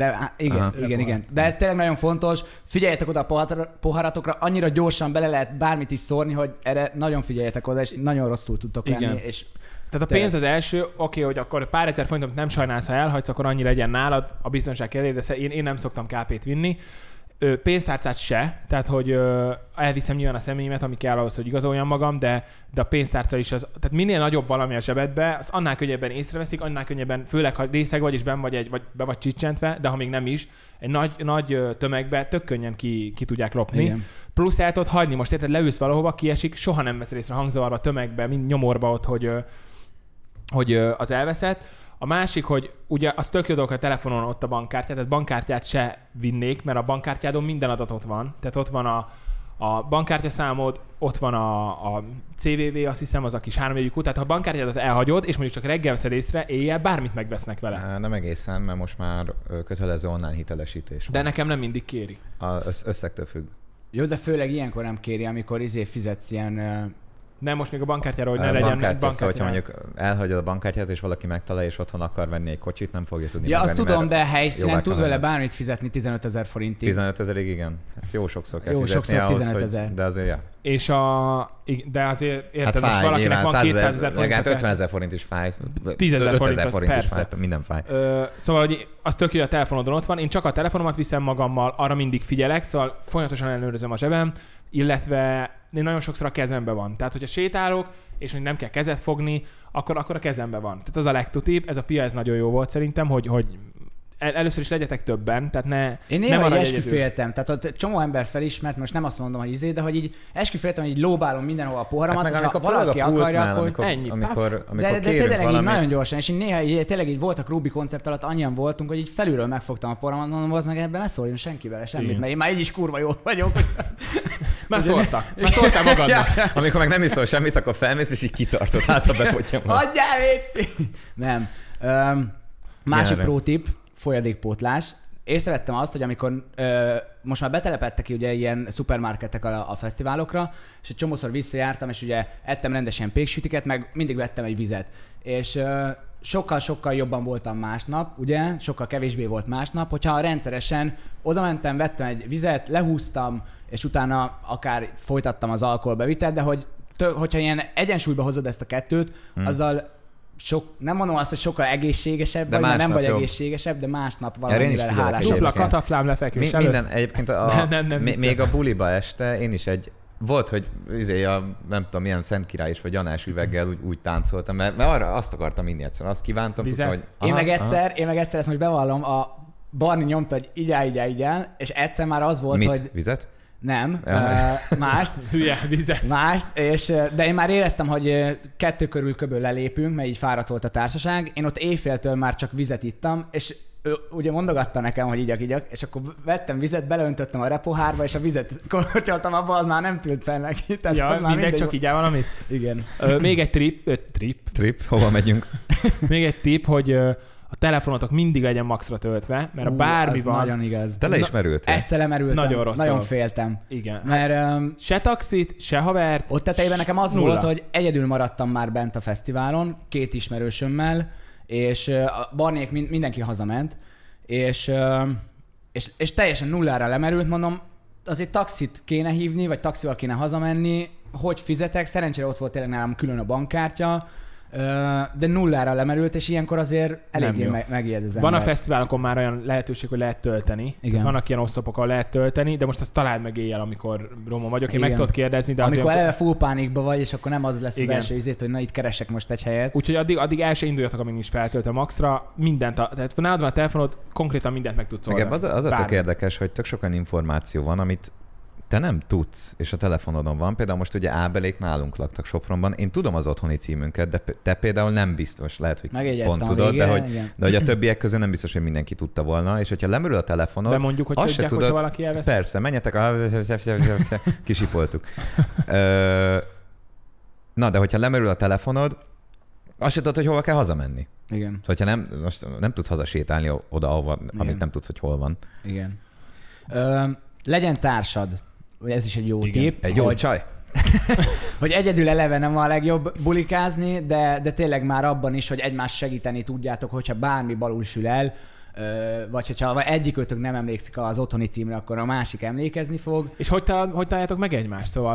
Igen. De ez tényleg nagyon fontos. Figyeljetek oda a poharatokra, annyira gyorsan bele lehet bármit is szórni, hogy erre nagyon figyeljetek oda, és nagyon rosszul tudtok lenni. És tehát a pénz az első, oké, hogy akkor pár ezer forintot nem sajnálsz, ha elhagysz, akkor annyi legyen nálad a biztonság kedvéért, de én nem szoktam KP-t vinni. Pénztárcát se, tehát hogy elviszem nyilván a személyemet, ami kell ahhoz, hogy igazoljam magam, de a pénztárca is az, tehát minél nagyobb valami a zsebedbe, az annál könnyebben észreveszik, annál könnyebben, főleg ha részeg vagy és benn vagy be vagy csicsentve, de ha még nem is, egy nagy tömegbe tök könnyen ki tudják lopni. Igen. Plusz el tudod hagyni, most érted, leülsz valahova, kiesik, soha nem vesz részre hangzavarba, tömegbe, mind nyomorba ott, hogy az elveszett. A másik, hogy ugye az tök jó dolog, hogy a telefonon ott a bankkártyát, tehát bankkártyát se vinnék, mert a bankkártyádon minden adat ott van. Tehát ott van a bankkártyaszámod, ott van a CVV, azt hiszem, az a kis 3 jegyű kút. Tehát ha a bankkártyádat elhagyod, és mondjuk csak reggel veszed észre, éjjel bármit megvesznek vele. Nem egészen, mert most már kötelező online hitelesítés van. De nekem nem mindig kéri. Összegtől függ. Jó, de főleg ilyenkor nem kéri, amikor fizetsz ilyen... Nem, most még a bankkártyáról, hogy ne legyen bankkártya. Szóval, hogyha mondjuk elhagyod a bankkártyát, és valaki megtalálja, és otthon akar venni egy kocsit, nem fogja tudni megvenni. Ja, azt tudom, de helyszínen tud vele bármit fizetni 15 000 forintig. 15 000-ig, igen. Hát jó sokszor kell fizetni sokszor ahhoz, 15 000. De azért, ja. És de azért érted, hát most valakinek van 200 000 forint. Hát 50 000 forint is fáj. 10 000 forint is fáj, minden fáj. Szóval, hogy az tök jó, a telefonodon ott van. Én csak a telefonomat viszem magammal, arra mindig figyelek, szóval folyamatosan ellenőrzöm a zsebem, illetve nagyon sokszor a kezembe van. Tehát, hogyha sétálok, és hogy nem kell kezet fogni, akkor a kezembe van. Tehát az a legtutibb, ez a pia, ez nagyon jó volt szerintem, hogy először is legyetek többen, tehát ne... Én néha esküféltem, tehát ott csomó ember felismert, most nem azt mondom, hogy de hogy így esküféltem, hogy így lóbálom mindenhol a poharamat, hát hogyha valaki akarja, akkor ennyi. Amikor de tényleg így nagyon gyorsan, és így néha így, tényleg így voltak Ruby koncept alatt, annyian voltunk, hogy így felülről megfogtam a poharamat, mondom, az meg ebben ne szóljon senki vele semmit, mert én már így is kurva jól vagyok. Már szóltál magadnak. Amikor meg nem is szól semmit, akkor felmész, és így kitartod, hát bepotja magad. Adjál, léci! Nem. Másik pro tip, folyadékpótlás. Észrevettem azt, hogy amikor most már betelepedtek ki ugye ilyen szupermarketek a fesztiválokra, és egy csomószor visszajártam, és ugye ettem rendesen péksütiket, meg mindig vettem egy vizet. És sokkal jobban voltam másnap, ugye? Sokkal kevésbé volt másnap, hogyha rendszeresen oda mentem, vettem egy vizet, lehúztam, és utána akár folytattam az alkoholbevitelt, de hogyha ilyen egyensúlyba hozod ezt a kettőt, azzal nem mondom azt, hogy sokkal egészségesebb, vagy nem vagy egészségesebb, de másnap valamivel hálásabb. Dupla kataflám lefekvés minden egyébként még a buliba este én is volt, hogy nem tudom, milyen Szent Király is vagy Janás üveggel úgy táncoltam, mert arra azt akartam inni egyszerűen, azt kívántam. Tudtam, hogy én meg egyszer ezt most bevallom, a Barni nyomta, hogy így áll, és egyszer már az volt, hogy... Vizet? Nem, mást. Hülye, vizet. Mást, de én már éreztem, hogy 2 körül köböl lelépünk, mert így fáradt volt a társaság. Én ott éjféltől már csak vizet ittam, és ő ugye mondogatta nekem, hogy igyak, és akkor vettem vizet, beleöntöttem a repohárba, és a vizet kortyoltam abba, az már nem tűnt fel neki. Tehát ja, az már mindegy, csak így valamit? Igen. Még egy trip. Hova megyünk? Még egy tipp, hogy a telefonotok mindig legyen maxra töltve, mert a bármi van... nagyon igaz. Te le is merültél? Egyszer lemerültem. Nagyon rossz. Nagyon féltem. Igen. Mert, se taxit, se havert. Ott tetejében nekem az volt, hogy egyedül maradtam már bent a fesztiválon, 2 ismerősömmel, és a Barniék mindenki hazament, és teljesen nullára lemerült, mondom, azért taxit kéne hívni, vagy taxival kéne hazamenni, hogy fizetek, szerencsére ott volt tényleg nálam külön a bankkártya, de nullára lemerült, és ilyenkor azért eléggé megijed az ember. Van a fesztiválokon már olyan lehetőség, hogy lehet tölteni. Vannak ilyen oszlopok, ahol lehet tölteni, de most azt találd meg éjjel, amikor Róma vagyok. Én meg tudod kérdezni, de amikor eleve full pánikba vagy, és akkor nem az lesz az első izét, hogy na itt keresek most egy helyet. Úgyhogy addig el se induljatok, amíg nincs feltöltve maxra. Mindent, tehát nálad van a telefonod, konkrétan mindent meg tudsz oldani. Az a tök érdekes, hogy tök sokan információ van, amit te nem tudsz, és a telefonodon van. Például most ugye Ábelék nálunk laktak Sopronban. Én tudom az otthoni címünket, de te például nem biztos. Lehet, hogy pont tudod, de hogy a többiek közül nem biztos, hogy mindenki tudta volna. És hogyha lemerül a telefonod, de mondjuk, hogy azt se tudod, hogyha valaki elvesz. Persze, menjetek, kisipoltuk. Na, de hogyha lemerül a telefonod, azt se tudod, hogy hova kell hazamenni. Igen. Szóval, hogyha nem tudsz hazasétálni oda, amit nem tudsz, hogy hol van. Igen. Legyen társad. Ez is egy jó tipp. Egy jó csaj? Hogy egyedül eleve nem a legjobb bulikázni, de tényleg már abban is, hogy egymást segíteni tudjátok, hogyha bármi balul sül el, vagy hogyha egyikőtök nem emlékszik az otthoni címre, akkor a másik emlékezni fog. És hogy találjátok meg egymást? Szóval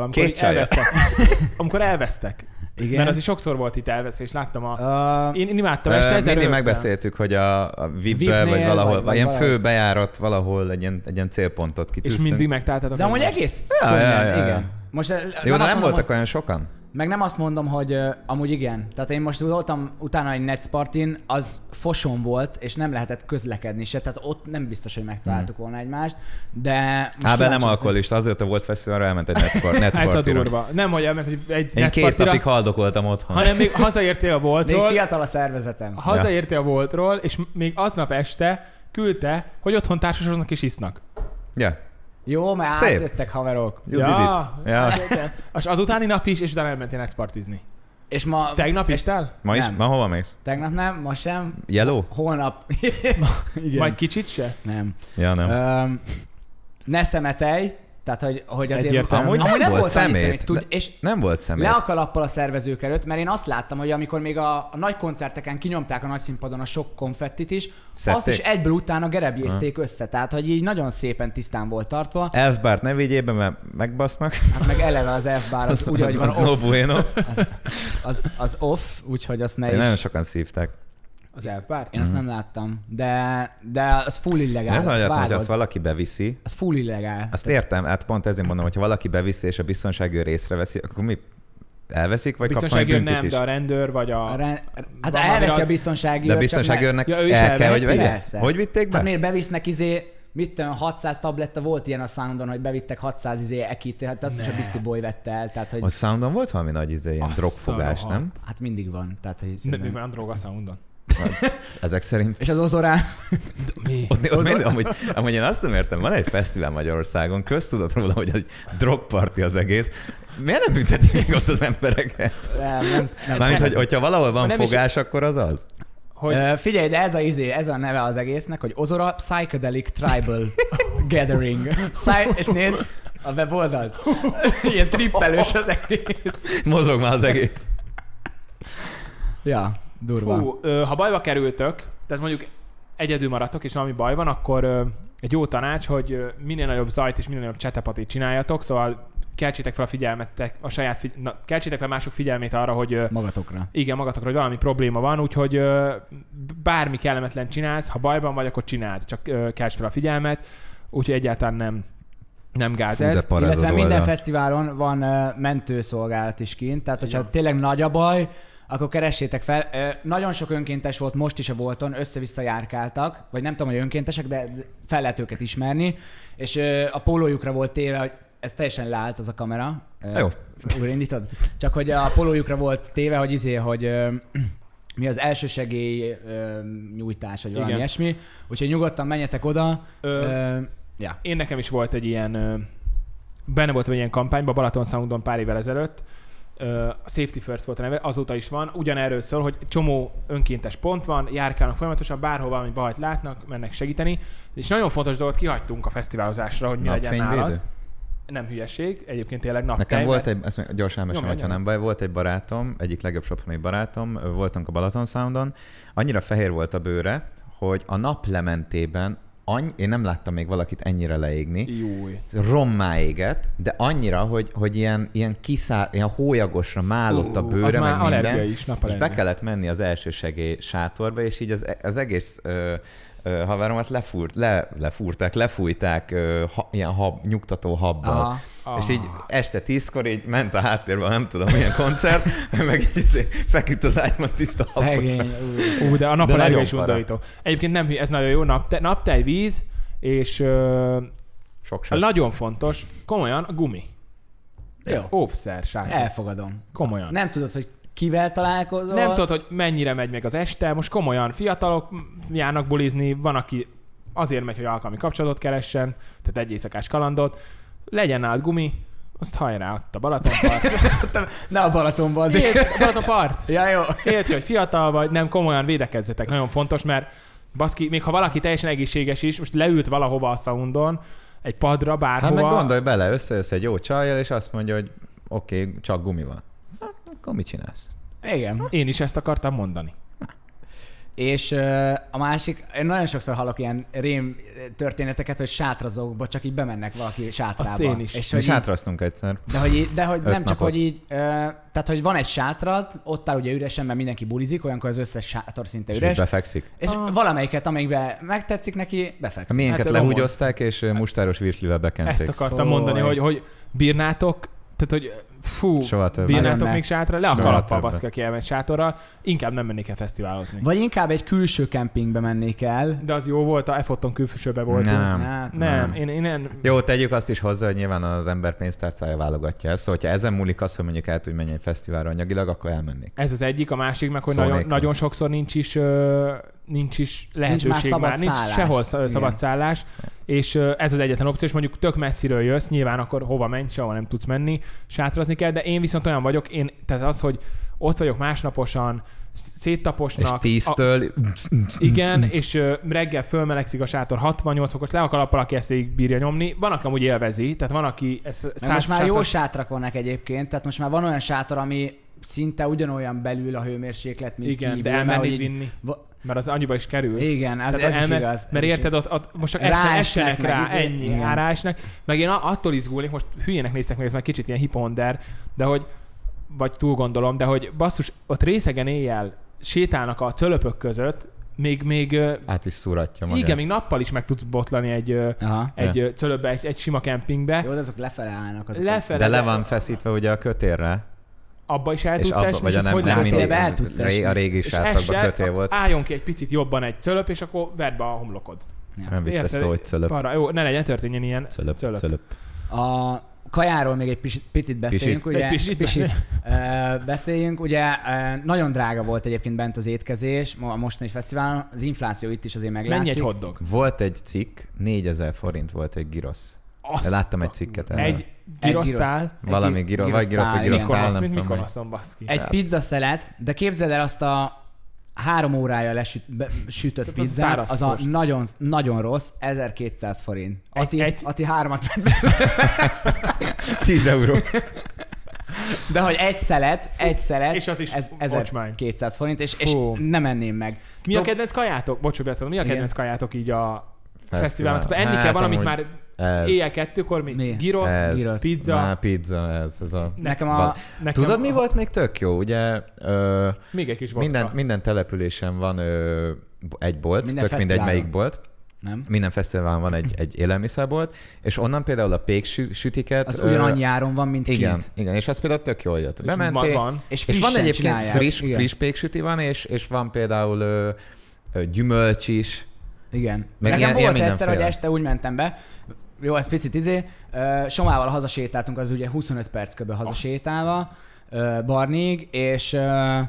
amikor elvesztek. Igen. Mert az is sokszor volt itt elveszés, láttam én imádtam este. Mindig megbeszéltük, hogy a VIP-be vagy valahol, vagy ilyen fő bejárat valahol egy ilyen célpontot kitűztünk. És mindig megtaláltatok. De amúgy egész igen. Most jó, de nem voltak olyan sokan. Meg nem azt mondom, hogy amúgy igen. Tehát én most voltam utána egy Nets partin, az foson volt, és nem lehetett közlekedni se, tehát ott nem biztos, hogy megtaláltuk volna egymást, de... Ábel nem alkoholista, azért a volt fesztiválra elment egy Nets partira. Nem, hogy elment egy Nets partira. Én 2 napig haldokoltam otthon. Hanem még hazaértél a Voltról. Még fiatal a szervezetem. Hazaértél a Voltról, és még aznap este küldte, hogy otthon társasoznak és isznak. Ja. Jó, mert átjöttek haverok. Ja. És az utáni nap is, és utána elmentél expartizni. És ma... Tegnap istál? Ma is? Ma hova mész? Tegnap nem, ma sem. Yellow? Holnap. Igen. Majd kicsit se? Nem. Ja, nem. Ne szemetelj. Tehát, hogy azért... Amúgy nem volt szemét. És nem volt szemét. Le a kalappal a szervezők előtt, mert én azt láttam, hogy amikor még a nagy koncerteken kinyomták a nagy színpadon a sok konfettit is, azt is egyből utána gerebjézték össze. Tehát, hogy így nagyon szépen tisztán volt tartva. Elfbárt ne vigyél be, mert megbasznak. Hát meg eleve az Elfbár az úgy, hogy van off. No bueno. Az off, úgyhogy azt ne is... Nagyon sokan szívták. Az Elfbár? Én azt nem láttam, de az full illegál. Ez nagyon, hogy azt valaki beviszi. Az full illegál. Azt értem, hát pont ezért mondom, hogy ha valaki beviszi és a biztonságőr észreveszi, akkor mi elveszik, vagy kapsz majd büntet nem, is? de a rendőr vagy Hát elveszi a biztonságőr. De a biztonságőrnek el kell, hogy vegye? Hogy vitték be? Hát miért bevisznek mit tudom, 600 tabletta volt ilyen a Soundon, hogy bevittek 600 ekit, hát azt is a Beastie Boy vette el. Tehát, hogy... A Soundon volt valami nagy ilyen drogfogás, nem? Hát mindig van. Tehát, hogy nem van drog a Soundon. Ezek szerint. És az Ozorán? Mi? Amúgy én azt nem értem, van egy fesztivál Magyarországon, köztudott róla, hogy egy drogparti az egész. Miért nem bünteti még ott az embereket? Nem. Mármint, hogyha valahol van fogás, akkor az az. Hogy... Figyelj, de ez a neve az egésznek, hogy Ozora Psychedelic Tribal Gathering. És nézd a weboldalt. Ilyen trippelős az egész. Mozog már az egész. Ja, durva. Ha bajba kerültök, tehát mondjuk egyedül maradtok, és valami baj van, akkor egy jó tanács, hogy minél nagyobb zajt és minél nagyobb csetepatit csináljatok, szóval keltsétek fel a figyelmet, keltsétek fel mások figyelmét arra, hogy... Magatokra. Igen, magatokra, hogy valami probléma van, úgyhogy bármi kellemetlen csinálsz, ha bajban vagy, akkor csináld, csak kelts fel a figyelmet, úgyhogy egyáltalán nem gáz ez. Illetve minden fesztiválon van mentőszolgálat is kint, tehát hogyha tényleg nagy a baj, akkor keressétek fel. Nagyon sok önkéntes volt most is a Volton, össze-vissza járkáltak, vagy nem tudom, hogy önkéntesek, de fel lehet őket ismerni, és a pólójukra volt téve, hogy ez teljesen leállt az a kamera. Jó. Újraindítod? Csak hogy a pólójukra volt téve, hogy mi az elsősegély nyújtás, vagy valami ilyesmi. Úgyhogy nyugodtan menjetek oda. Ja. Én nekem is volt egy ilyen, benne voltam egy ilyen kampányban Balaton Soundon pár évvel ezelőtt. A Safety First volt a neve, azóta is van. Ugyanerről szól, hogy csomó önkéntes pont van, járkálnak folyamatosan, bárhol valami bajt látnak, mennek segíteni. És nagyon fontos dolgot kihagytunk a fesztiválozásra, hogy mi legyen nálad. Nem hülyesség, egyébként tényleg napfény. Nekem volt egy, ezt még gyorsan elmesem, ha nem baj, volt egy barátom, egyik legjobb soproni barátom, voltunk a Balaton Soundon, annyira fehér volt a bőre, hogy a naplementében én nem láttam még valakit ennyire leégni. Júj. Rommá égett, de annyira, hogy ilyen hólyagosra málott a bőre, meg minden. Is, és be kellett menni az elsősegély sátorba, és így az egész haveromat lefújták ilyen nyugtató habbal. És így este 10-kor így ment a háttérben, nem tudom milyen koncert, meg így feküdt az ágyban tiszta habbosan. De a napalergia is undorító. Egyébként nem, ez nagyon jó, naptej, víz, és nagyon fontos, komolyan a gumi. Jó. Óvszer, srácok. Elfogadom. Komolyan. Nem tudod, hogy kivel találkozol? Nem tudod, hogy mennyire megy meg az este. Most komolyan fiatalok járnak bulizni, van, aki azért megy, hogy alkalmi kapcsolatot keressen, tehát egy éjszakás kalandot. Legyen nálad gumi, azt hajrá, ott a Balatonpart. Ne a Balatonba azért. A Balatonpart. Ja, jó. Érted, hogy fiatal vagy, nem, komolyan védekezzetek. Nagyon fontos, mert baszki, még ha valaki teljesen egészséges is, most leült valahova a Soundon, egy padra, bárhova. Hát meg gondolj bele, összejössz egy jó csajjal, és azt mondja, hogy oké, csak gumival. Akkor mit csinálsz? Igen. Én is ezt akartam mondani. És a másik, én nagyon sokszor hallok ilyen rém történeteket, hogy sátrazókba csak így bemennek valaki sátrába. Azt én is. És mi sátraztunk egyszer. De hogy nem csak, hogy így, tehát hogy van egy sátrad, ott áll ugye üresen, mert mindenki bulizik, olyankor az összes sátor szinte üres. És befekszik. És valamelyiket, amelyikben megtetszik neki, befekszik. Miénket lehúgyozták, és mustáros virslivel bekenték. Ezt akartam mondani, hogy bírnátok, tehát hogy bírnátok még sátra, le a kalappal baszki, aki elmegy sátorral, inkább nem mennék el fesztiválozni. Vagy inkább egy külső kempingbe mennék el. De az jó volt, a Efotton külsőbe voltunk. Nem. Én Jó, tegyük azt is hozzá, hogy nyilván az ember pénztárcája válogatja ezt. Szóval, ha ezen múlik az, hogy mondjuk el tudj menni egy fesztiválra anyagilag, akkor elmennék. Ez az egyik, a másik meg, hogy nagyon sokszor nincs is lehetőség már, nincs sehol szabad szállás, és ez az egyetlen opció, és mondjuk tök messziről jössz, nyilván akkor hova menj, sehova nem tudsz menni, sátrazni kell, de én viszont olyan vagyok, tehát az, hogy ott vagyok másnaposan, széttaposnak. És 10-től... Igen, és reggel fölmelegszik a sátor 68 fokos, le a kalappal, aki ezt így bírja nyomni. Van, aki amúgy élvezi, tehát van, aki... Most már jó sátrak vannak egyébként, tehát most már van olyan sátor, ami szinte ugyanolyan belül a hőmérséklet, mint igen, kívül. De elmennéd vinni. Mert az annyiba is kerül. Igen, ez is igaz. Mert érted, ott most csak essenek rá, ennyi ráesnek. Meg én attól izgulnék, most hülyének néztek meg, ez már kicsit ilyen hiponder, de hogy, vagy túl gondolom, de hogy basszus, ott részegen éjjel sétálnak a cölöpök között, még át is szúratja magát. Igen, még nappal is meg tudsz botlani egy cölöpbe, egy sima kempingbe. Jó, de azok lefele állnak. De le van feszítve ugye a kötélre. Abba is el tudsz esni, és hogy nem mindig a régi sátrakban kötél volt. Álljon ki egy picit jobban egy cölöp, és akkor vedd be a homlokod. Ja. Nem vicces szó, hogy cölöp. Jó, ne legyen, történjen ilyen cölöp. A kajáról még egy picit beszéljünk. Ugye, beszéljünk. Ugye nagyon drága volt egyébként bent az étkezés a mostani fesztiválon. Az infláció itt is azért meglátszik. Mennyi egy hotdog? Volt egy cikk, 4000 forint volt egy girosz. De láttam egy cikket erről. Egy girosztál? Valami girosz, vagy girosztál, nem tudom. Egy pizzaszelet, de képzeld el azt a 3 órája sütött pizzát, az a nagyon, nagyon rossz, 1200 forint. Ati 3-at vett be. 10 euró. De hogy egy szelet, és az is 1200 forint, és nem enném meg. Mi a kedvenc kajátok? Mi a kedvenc kajátok így a fesztiválon? Tehát enni kell valamit már éjjel 2-kor, mint gyrosz, pizza. Pizza, ez a... Nekem Tudod, mi volt még tök jó? Ugye még egy kis vodka. Minden településen van egy bolt, tök mindegy melyik bolt. Nem? Minden fesztiválon van egy élelmiszerbolt, és onnan például a péksütiket... Az ugyanannyi áron van, mint kint. Igen, és az például tök jól jött. Bementél, és van egyébként friss péksüti van, és van például gyümölcs is. Igen. Nekem volt egyszer, hogy este úgy mentem be, jó, ez picit Somával hazasétáltunk, az ugye 25 perc kb. Hazasétálva Barnig, és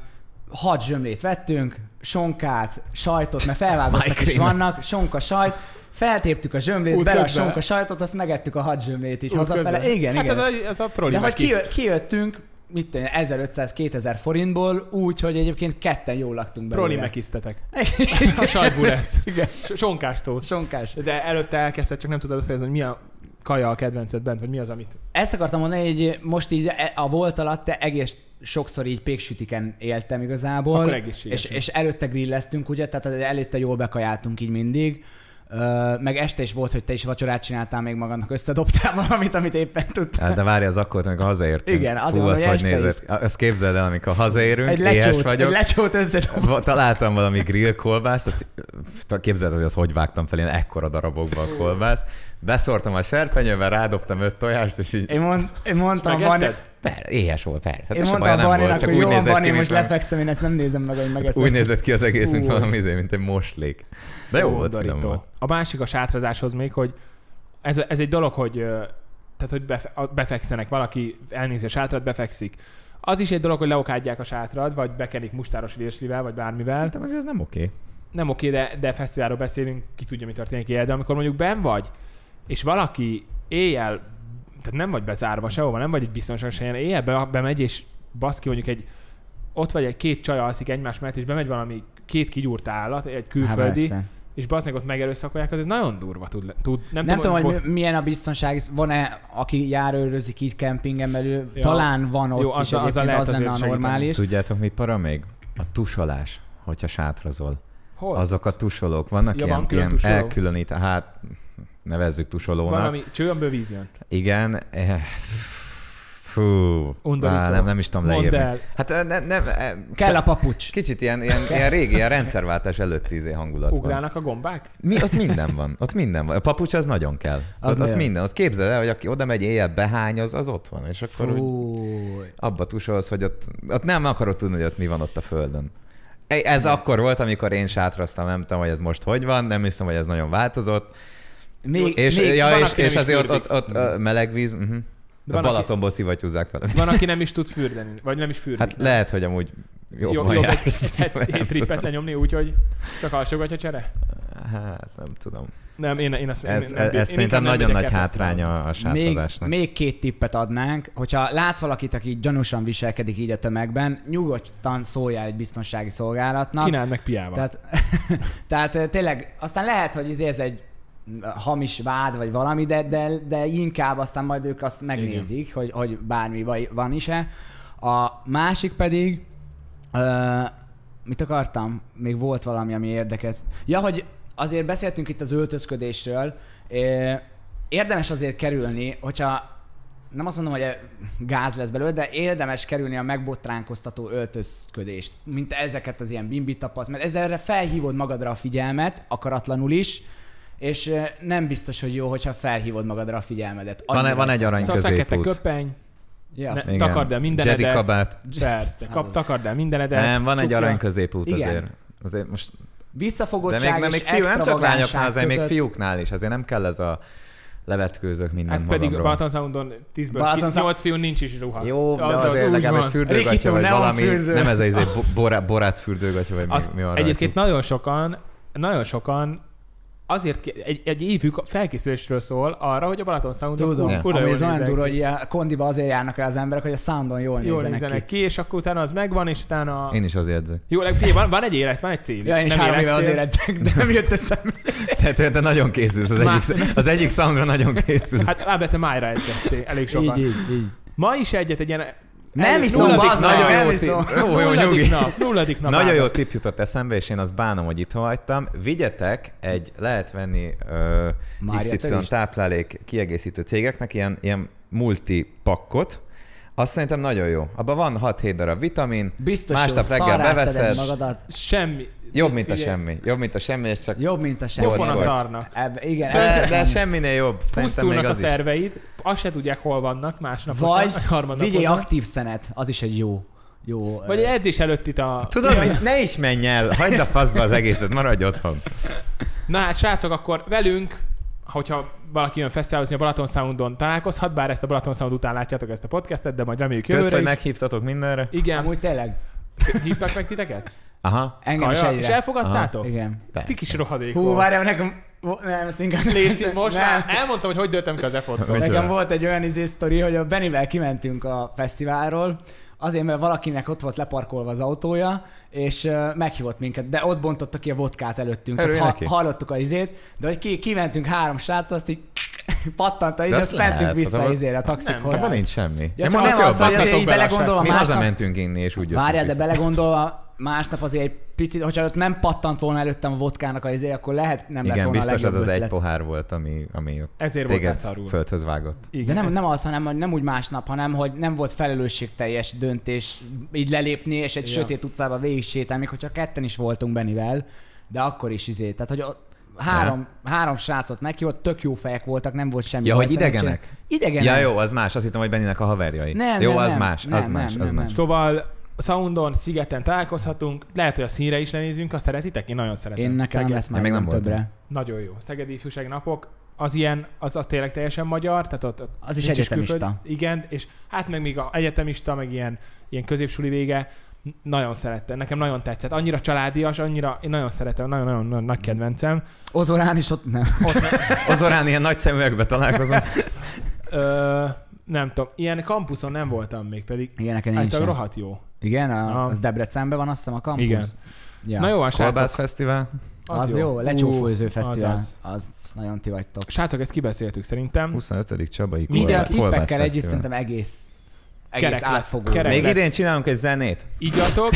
6 zsömlét vettünk, sonkát, sajtot, mert felvágottak is vannak, sonka, sajt, feltéptük a zsömlét, bele a sonka sajtot, azt megettük a 6 zsömlét is hazafele. Igen, hát igen. Ez a proli. De hogy kijöttünk, 1500-2000 forintból, úgy, hogy egyébként ketten jól laktunk belőle. Proli megisztetek. A sajtból lesz. Igen. Sonkás tószt. Sonkás. De előtte elkezdted, csak nem tudod fejezni, hogy mi a kaja a kedvenced bent, vagy mi az, amit... Ezt akartam mondani, hogy most így a volt alatt egész sokszor így péksütiken éltem igazából. Akkor egészséges. És előtte grilleztünk, ugye, tehát előtte jól bekajáltunk így mindig. Meg este is volt, hogy te is vacsorát csináltál, még magadnak összedobtál valamit, amit éppen tudtál. De várj, az akkor, amikor hazaértünk. Igen, az van, hogy nézett. Azt képzeld el, amikor hazaérünk, éhes vagyok. Egy lecsót összedobtál. Találtam valami grill kolbászt, azt képzeld, hogy azt hogy vágtam fel, ilyen ekkora darabokba a kolbászt. Beszórtam a serpenyővel, rádobtam 5 tojást, és így... Én mondtam, Barni... Éhes volt, persze. Én mondtam Barninak, hogy jó van, Barni, most lefekszem, én ezt nem nézem meg, hogy megeszem. Úgy nézett ki az egész, mint valami, mint egy moslék. De jó volt, finom volt. A másik a sátrazáshoz még, hogy ez egy dolog, hogy, tehát, hogy befekszenek, valaki elnézi a sátrat, befekszik. Az is egy dolog, hogy leokádják a sátrat, vagy bekenik mustáros virslivel, vagy bármivel. Szerintem ez nem oké. Nem oké, de fesztiválról beszélünk, ki tudja, mi történik éjjel. De amikor mondjuk benn vagy, és valaki éjjel, tehát nem vagy bezárva sehova, nem vagy egy biztonságos helyen, éjjel bemegy, és baszki mondjuk ott vagy egy 2 csaj alszik egymás mellett, és bemegy valami 2 kigyúrt állat, egy külföldi, és basznek ott megerőszakolják, az ez nagyon durva tud. Nem tudom, hogy milyen a biztonság, van-e, aki járőrözik így kempingen belül, talán van ott jó, is egyébként, az lenne a normális. Tudjátok, mi para még? A tusolás, hogyha sátrazol. Hol? Azok a tusolók, vannak ilyen elkülönít, hát nevezzük tusolónak. Valami csőmből víz jön. Igen. Fú, nem is tudom leírni. Hát nem, kell a papucs. Kicsit ilyen régi, ilyen rendszerváltás előtti hangulat van. Ugrálnak a gombák? Ott minden van. Ott minden van. A papucs az nagyon kell. Ott minden. Ott képzeld el, hogy aki oda megy éjjel behány, az ott van. És akkor abba tusolsz, hogy ott nem akarod tudni, hogy ott mi van ott a földön. Ez akkor volt, amikor én sátraztam, nem tudom, hogy ez most hogy van, nem hiszem, hogy ez nagyon változott. És azért ott meleg víz. A Balatonból szivattyúzzák fel. Van, aki nem is tud fürdeni, vagy nem is fürdik. Hát lehet, hogy amúgy jobban jársz. Jobb egy trippet lenyomni úgy, hogy csak alsogatja csere? Hát nem tudom. Nem, én azt ez szerintem nagyon nagy hátránya a sátrazásnak. Még 2 tippet adnánk, hogyha látsz valakit, aki gyanúsan viselkedik így a tömegben, nyugodtan szóljál egy biztonsági szolgálatnak. Kínáld meg piával. Tehát tényleg, aztán lehet, hogy ez egy hamis vád, vagy valami, de inkább aztán majd ők azt megnézik, hogy bármi van is-e. A másik pedig, mit akartam? Még volt valami, ami érdekes. Ja, hogy azért beszéltünk itt az öltözködésről. Érdemes azért kerülni, hogyha nem azt mondom, hogy gáz lesz belőle, de érdemes kerülni a megbotránkoztató öltözködést, mint ezeket az ilyen bimbi tapasz, mert ezzelre felhívod magadra a figyelmet, akaratlanul is, és nem biztos, hogy jó, hogyha felhívod magadra a figyelmedet. Van egy arany középút. Fekete köpeny, takard el mindenedet. Jedi kabát. Persze, takard el mindenedet. Nem, van egy arany középút azért most... Visszafogottság és nem csak lányoknál, azért még fiúknál is. Azért nem kell ez a levetkőzök minden magamról. Pedig Balatonsoundon 10-ből 8 fiún nincs is ruha. Jó, de azért legalább egy fürdőgatya, vagy valami, nem ez egy borát fürdőgatya, vagy mi van. Egyébként nagyon sokan azért egy évük felkészülésről szól arra, hogy a Balatonsoundon kurva jól nézzenek ki. Hogy a kondiba azért járnak el az emberek, hogy a Soundon jól nézzenek ki. És akkor utána az megvan, és utána... Én is azért edzek. Jó, van egy élet, van egy cél. Ja, én is 3 éve azért edzek, de nem jött eszembe. Tehát te nagyon készülsz, az egyik Soundra nagyon készülsz. Hát te májra edzektél, elég sokan. Így. Ma is egy ilyen... Nem iszom, nulladik nap. Nagyon jó tipp jutott eszembe, és én azt bánom, hogy itt hagytam. Vigyetek lehet venni XY táplálék kiegészítő cégeknek ilyen multipakkot. Azt szerintem nagyon jó. Abban van 6-7 darab vitamin, másnap reggel beveszed. Semmi. Jobb, mint a semmi. Jobb, mint a semmi, és csak... Jobb, mint a semmi. Pofon a szarnak. Igen. De semminél jobb. Pusztulnak a szerveid, azt se tudják, hol vannak másnap. Vagy vigyél aktív szenet, az is egy jó. Vagy egy edzés előtt itt a... Tudod, ne is menj el, hagyd a faszba az egészet, maradj otthon. Na hát srácok, akkor velünk, hogyha valaki jön fesztiválozni a Balatonsoundon, találkozhat, bár ezt a Balatonsound után látjátok ezt a podcastet, de majd reméljük jövőre is. Köszönöm, hogy meghívtatok mindenre. Igen. Amúgy tényleg. Hívtak meg titeket? Aha. Engem is egyre. És elfogadtátok? Aha. Igen. Ti kis rohadékok. Hú, várjál, nekem... Nem, ezt inkább... Most már elmondtam, hogy döltem ki az EFOT-tól. Nekem volt egy olyan sztori, hogy a Bennivel kimentünk a fesztiválról, azért, mert valakinek ott volt leparkolva az autója, és meghívott minket, de ott bontotta ki a vodkát előttünk. Hallottuk a izét, de hogy kimentünk 3 srác, azt így pattant a izé, azt mentünk vissza a taxikhoz. Abban nincs semmi. Ja, csak nem az, hogy azért így belegondolva mi hazamentünk inni, és úgy várjál, de belegondolva másnap azért egy picit, hogyha ott nem pattant volna előttem a vodkának a izé, akkor lehet nem lett volna biztos a legjobb az ötlet. egy pohár volt, ami ott ezért téged földhöz vágott. Igen, de nem az, hanem nem úgy másnap, hanem hogy nem volt felelősségteljes döntés így lelépni, és egy sötét utcába végig sétálni, még hogyha ketten is voltunk Bennivel, de akkor is tehát hogy három srácot meghívott, tök jó fejek voltak, nem volt semmi. Ja, hogy idegenek? Idegenek. Ja, jó, az más. Azt hittem, hogy Benninek a haverjai. Nem, az más. Szóval Soundon, Szigeten találkozhatunk, lehet, hogy a színre is lenézünk, azt szeretitek? Én nagyon szeretem. Én nekem lesz már nem többre. Nagyon jó. Szegedi Ifjúsági Napok, az ilyen, az tényleg teljesen magyar, tehát ott az is egyetemista. Igen, és hát meg még a egyetemista, meg ilyen középsuli vége, nagyon szerettem, nekem nagyon tetszett. Annyira családias, én nagyon szeretem, nagyon nagy kedvencem. Ozorán is ott nem. Ozorán ilyen nagy szemüvegbe találkozom. Nem tudom, ilyen kampuszon nem voltam még, pedig ilyeneken én sem. Rohadt jó. Igen, az Debrecenben van, azt hiszem, a kampusz. Igen. Ja. Na jó, a srácok. Kolbász Fesztivál. Az jó, lecsófőző fesztivál. Az nagyon ti vagytok. Srácok, ezt kibeszéltük szerintem. 25. Csabai Ide a tippekkel együtt szerintem egész átfogó. Még idén csinálunk egy zenét. Igyatok.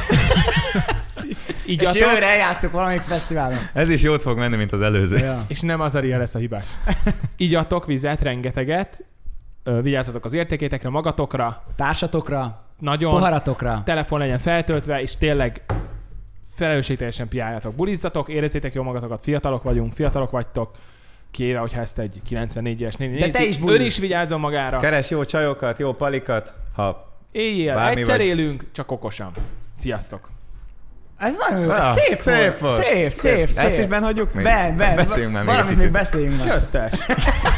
És jövőre eljátszok valamelyik fesztiválon. Ez is jót fog menni, mint az előző. Ja. És nem az Aria lesz a hibás. Igyatok vizet, rengeteget. Vigyázzatok az értékétekre, magatokra. Társatokra. Nagyon. Poharatokra. Telefon legyen feltöltve, és tényleg felelősségteljesen piáljatok. Bulizzatok, érezzétek jól magatokat, fiatalok vagytok. Kivéve, hogyha ezt egy 94 éves néni nézi. Ön is vigyázzon magára. Keres jó csajokat, jó palikat, ha éljél, egyszer élünk, csak okosan. Sziasztok! Ez nagyon jó, szép volt. Szép. Ezt is benn hagyjuk még? Ben. Beszéljünk már még. Valamit még beszéljünk már. Köztes.